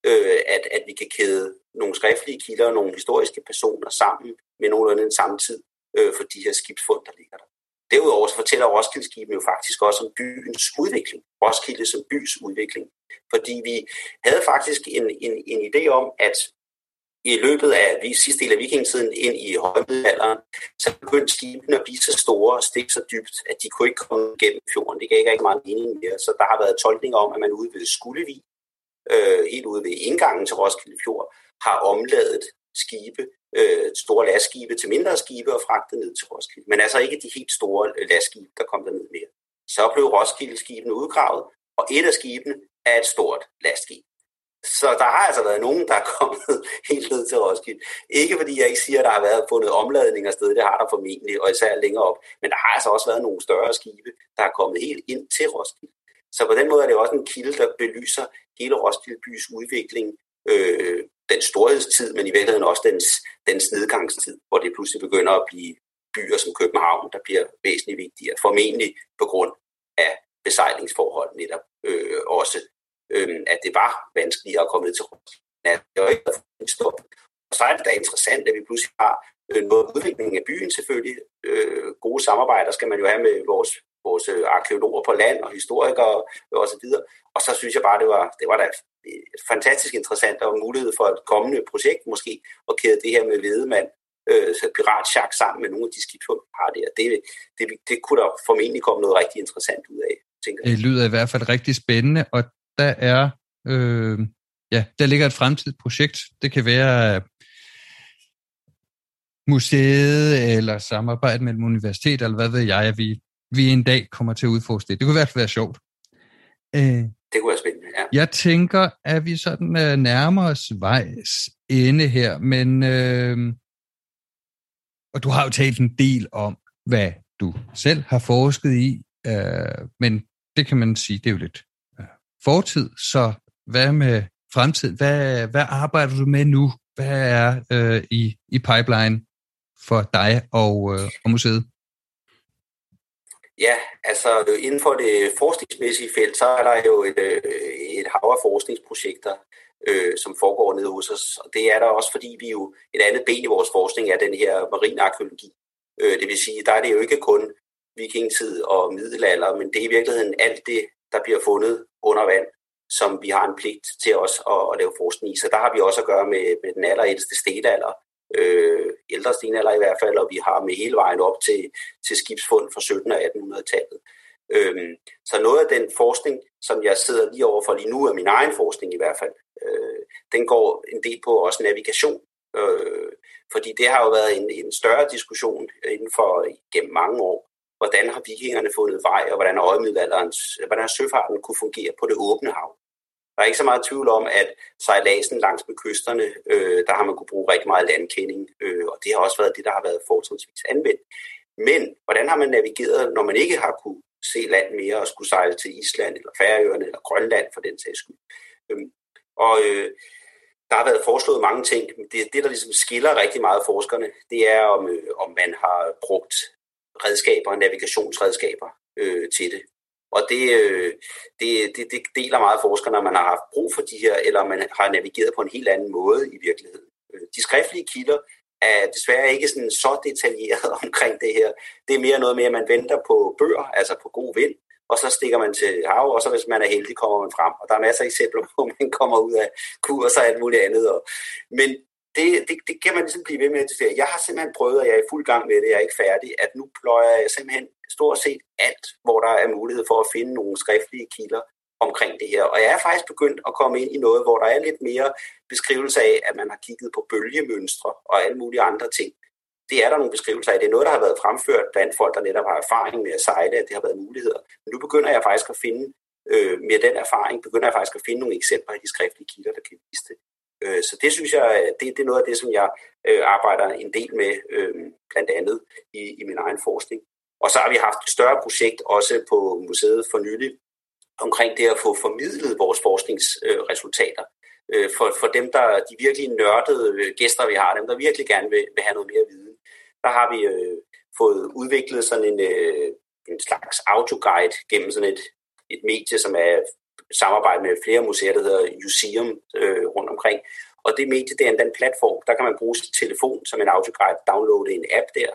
at vi kan kæde nogle skriftlige kilder og nogle historiske personer sammen med nogenlunde den samme tid for de her skibsfund, der ligger der. Derudover så fortæller Roskilde-skibene jo faktisk også om byens udvikling. Roskilde som bys udvikling. Fordi vi havde faktisk en idé om, at i løbet af sidste del af vikingetiden ind i højmiddelalderen, så begyndte skibene at blive så store og stikke så dybt, at de kunne ikke komme gennem fjorden. Det gav ikke meget mening mere. Så der har været tolkninger om, at man ude ved Skuldevig, helt ude ved indgangen til Roskilde Fjord, har omladet skibe, store lastskibe til mindre skibe og fragtet ned til Roskilde. Men altså ikke de helt store lastskibe, der kom derned mere. Så blev Roskilde-skibene udgravet, og et af skibene er et stort lastskib. Så der har altså været nogen, der er kommet helt ned til Roskilde. Ikke fordi jeg ikke siger, at der har været fundet omladning af sted, det har der formentlig, og især længere op. Men der har altså også været nogle større skibe, der er kommet helt ind til Roskilde. Så på den måde er det også en kilde, der belyser hele Roskilde bys udvikling, den storhedstid, men i virkeligheden også dens nedgangstid, hvor det pludselig begynder at blive byer som København, der bliver væsentligt vigtigere, formentlig på grund af besejlingsforhold netop også. At det var vanskeligere at komme ned til Roskilde. Det var ikke en stor. Og så er det da interessant, at vi pludselig har noget udvikling af byen selvfølgelig. Gode samarbejder skal man jo have med vores arkeologer på land og historikere og så videre. Og så synes jeg bare, det var da fantastisk interessant og mulighed for et kommende projekt måske at kæde det her med Hvedemand, piratsjak sammen med nogle af de skibsfund, vi har der. Det kunne der formentlig komme noget rigtig interessant ud af, tænker jeg. Det lyder i hvert fald rigtig spændende, og der ligger et fremtidigt projekt. Det kan være museet eller samarbejde mellem universitet, eller hvad ved jeg, at vi en dag kommer til at udforske det. Det kunne i hvert fald være sjovt. Det kunne være spændende, ja. Jeg tænker, at vi sådan nærmer os vejs ende her, men og du har jo talt en del om, hvad du selv har forsket i, men det kan man sige, det er jo lidt fortid, så hvad med fremtid? Hvad arbejder du med nu? Hvad er i pipeline for dig og museet? Ja, altså inden for det forskningsmæssige felt, så er der jo et hav af forskningsprojekter, som foregår nede hos os. Og det er der også, fordi vi jo et andet ben i vores forskning er den her marine arkeologi. Det vil sige, der er det jo ikke kun vikingetid og middelalder, men det er i virkeligheden alt det, der bliver fundet under vand, som vi har en pligt til også at lave forskning i. Så der har vi også at gøre med den allerældste stenalder, ældre stenalder i hvert fald, og vi har med hele vejen op til skibsfund fra 1700- og 1800-tallet. Så noget af den forskning, som jeg sidder lige overfor lige nu, er min egen forskning i hvert fald, den går en del på også navigation. Fordi det har jo været en større diskussion inden for gennem mange år. Hvordan har vikingerne fundet vej, og hvordan har søfarten kunne fungere på det åbne hav? Der er ikke så meget tvivl om, at sejladsen langs med kysterne, der har man kunne bruge rigtig meget landkending, og det har også været det, der har været fortrinsvis anvendt. Men hvordan har man navigeret, når man ikke har kunne se land mere og skulle sejle til Island, eller Færøerne, eller Grønland for den sags skyld? Der har været foreslået mange ting. Det der ligesom skiller rigtig meget forskerne, det er, om man har brugt redskaber, navigationsredskaber til det. Og det deler meget forskere, når man har haft brug for de her, eller man har navigeret på en helt anden måde i virkeligheden. De skriftlige kilder er desværre ikke sådan så detaljeret omkring det her. Det er mere noget med, at man venter på bøger, altså på god vind, og så stikker man til hav, og så hvis man er heldig, kommer man frem. Og der er masser af eksempler på, at man kommer ud af kurs og alt muligt andet. Men det kan man ligesom blive ved med at diskutere. Jeg har simpelthen prøvet, og jeg er i fuld gang med det, jeg er ikke færdig, at nu pløjer jeg simpelthen stort set alt, hvor der er mulighed for at finde nogle skriftlige kilder omkring det her. Og jeg er faktisk begyndt at komme ind i noget, hvor der er lidt mere beskrivelse af, at man har kigget på bølgemønstre og alle mulige andre ting. Det er der nogle beskrivelser af. Det er noget, der har været fremført blandt folk, der netop har erfaring med at sejle, at det har været muligheder. Men nu begynder jeg faktisk at finde, med den erfaring, at finde nogle eksempler i de skriftlige kilder, der kan vise det. Så det synes jeg, det er noget af det, som jeg arbejder en del med, blandt andet i min egen forskning. Og så har vi haft et større projekt også på museet for nylig, omkring det at få formidlet vores forskningsresultater. For dem, de virkelig nørdede gæster, vi har, dem, der virkelig gerne vil have noget mere viden, der har vi fået udviklet sådan en slags autoguide gennem sådan et medie, som er samarbejde med flere museer, der hedder Museum rundt omkring. Og det medie, det er en platform, der kan man bruge sin telefon som en autoguide, downloade en app der.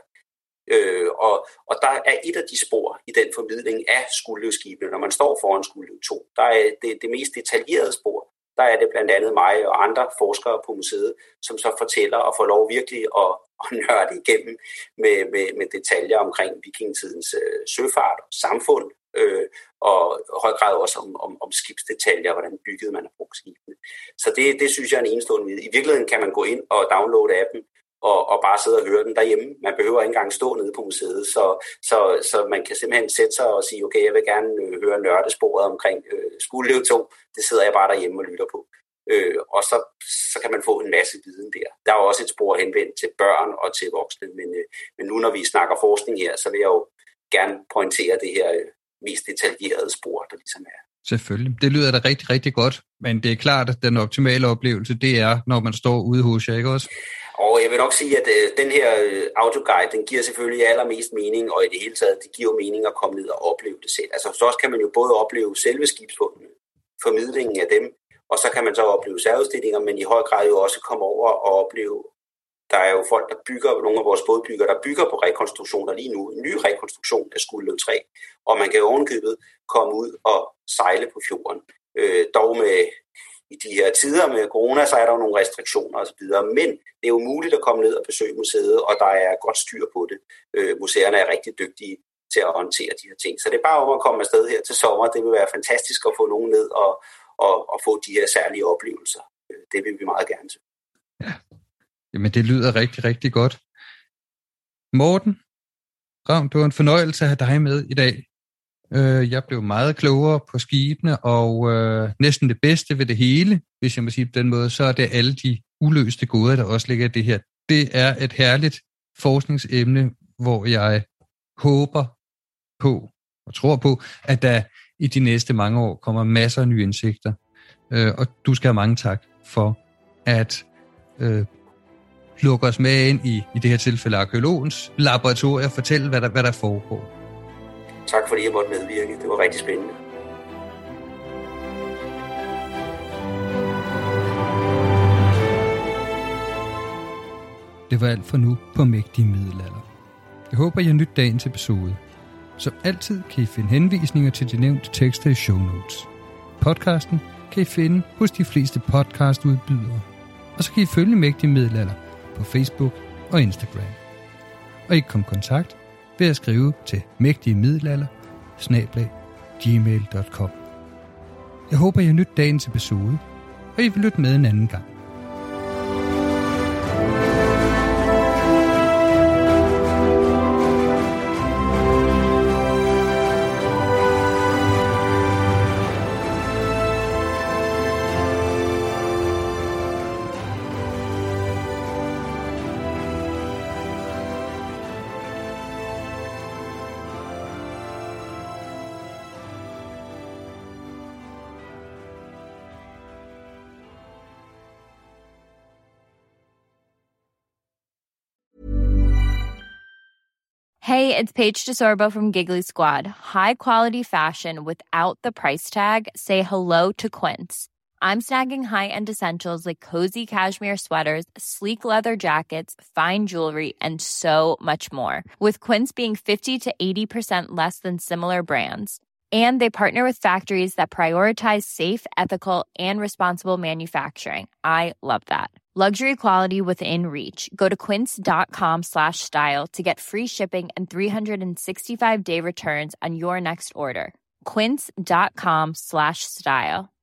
Og der er et af de spor i den formidling af Skuldelev-skibene, når man står foran Skuldelev 2. Der er det mest detaljerede spor. Der er det blandt andet mig og andre forskere på museet, som så fortæller og får lov virkelig at nørde igennem med detaljer omkring vikingetidens søfart og samfund, og i høj grad også om skibsdetaljer, hvordan byggede man og brugte skibene. Så det synes jeg er en enestående viden. I virkeligheden kan man gå ind og downloade appen, og bare sidde og høre den derhjemme. Man behøver ikke engang stå nede på museet, så man kan simpelthen sætte sig og sige, okay, jeg vil gerne høre nørdesporet omkring Skuldelev 2. Det sidder jeg bare derhjemme og lytter på. Og så kan man få en masse viden der. Der er jo også et spor henvendt til børn og til voksne, men nu når vi snakker forskning her, så vil jeg jo gerne pointere det her mest detaljerede spor, der ligesom er. Selvfølgelig. Det lyder da rigtig, rigtig godt, men det er klart, at den optimale oplevelse, det er, når man står ude hos jer, ikke også? Og jeg vil nok sige, at den her autoguide, den giver selvfølgelig allermest mening, og i det hele taget, det giver mening at komme ned og opleve det selv. Altså så også kan man jo både opleve selve skibsfundene, formidlingen af dem, og så kan man så opleve særudstillinger, men i høj grad jo også komme over og opleve, der er jo folk, der bygger, nogle af vores bådbyggere, der bygger på rekonstruktioner lige nu, en ny rekonstruktion af Skuldelev 3, og man kan jo ovenkøbet komme ud og sejle på fjorden. Dog med i de her tider med corona, så er der jo nogle restriktioner osv., men det er jo muligt at komme ned og besøge museet, og der er godt styr på det. Museerne er rigtig dygtige til at håndtere de her ting. Så det er bare om at komme afsted her til sommer. Det vil være fantastisk at få nogen ned og få de her særlige oplevelser. Det vil vi meget gerne til. Ja, jamen det lyder rigtig, rigtig godt. Morten Ravn, det var en fornøjelse at have dig med i dag. Jeg blev meget klogere på skibene, og næsten det bedste ved det hele, hvis jeg må sige på den måde, så er det alle de uløste gåder, der også ligger i det her. Det er et herligt forskningsemne, hvor jeg håber på og tror på, at der i de næste mange år kommer masser af nye indsigter. Og du skal have mange tak for at lukke os med ind i det her tilfælde arkæologens laboratorium og fortælle, hvad der foregår. Tak fordi jeg måtte medvirke. Det var rigtig spændende. Det var alt for nu på Mægtige Middelalder. Jeg håber, I har nydt dagens episode. Som altid kan I finde henvisninger til de nævnte tekster i show notes. Podcasten kan I finde hos de fleste podcastudbydere. Og så kan I følge Mægtige Middelalder på Facebook og Instagram. Og I kan komme i kontakt ved at skrive til mægtigemiddelalder@gmail.com. Jeg håber, I har nydt dagens episode, og I vil lytte med en anden gang. Hey, it's Paige DeSorbo from Giggly Squad. High quality fashion without the price tag. Say hello to Quince. I'm snagging high-end essentials like cozy cashmere sweaters, sleek leather jackets, fine jewelry, and so much more. With Quince being 50 to 80% less than similar brands. And they partner with factories that prioritize safe, ethical, and responsible manufacturing. I love that. Luxury quality within reach. Go to quince.com/style to get free shipping and 365-day returns on your next order. Quince.com/style.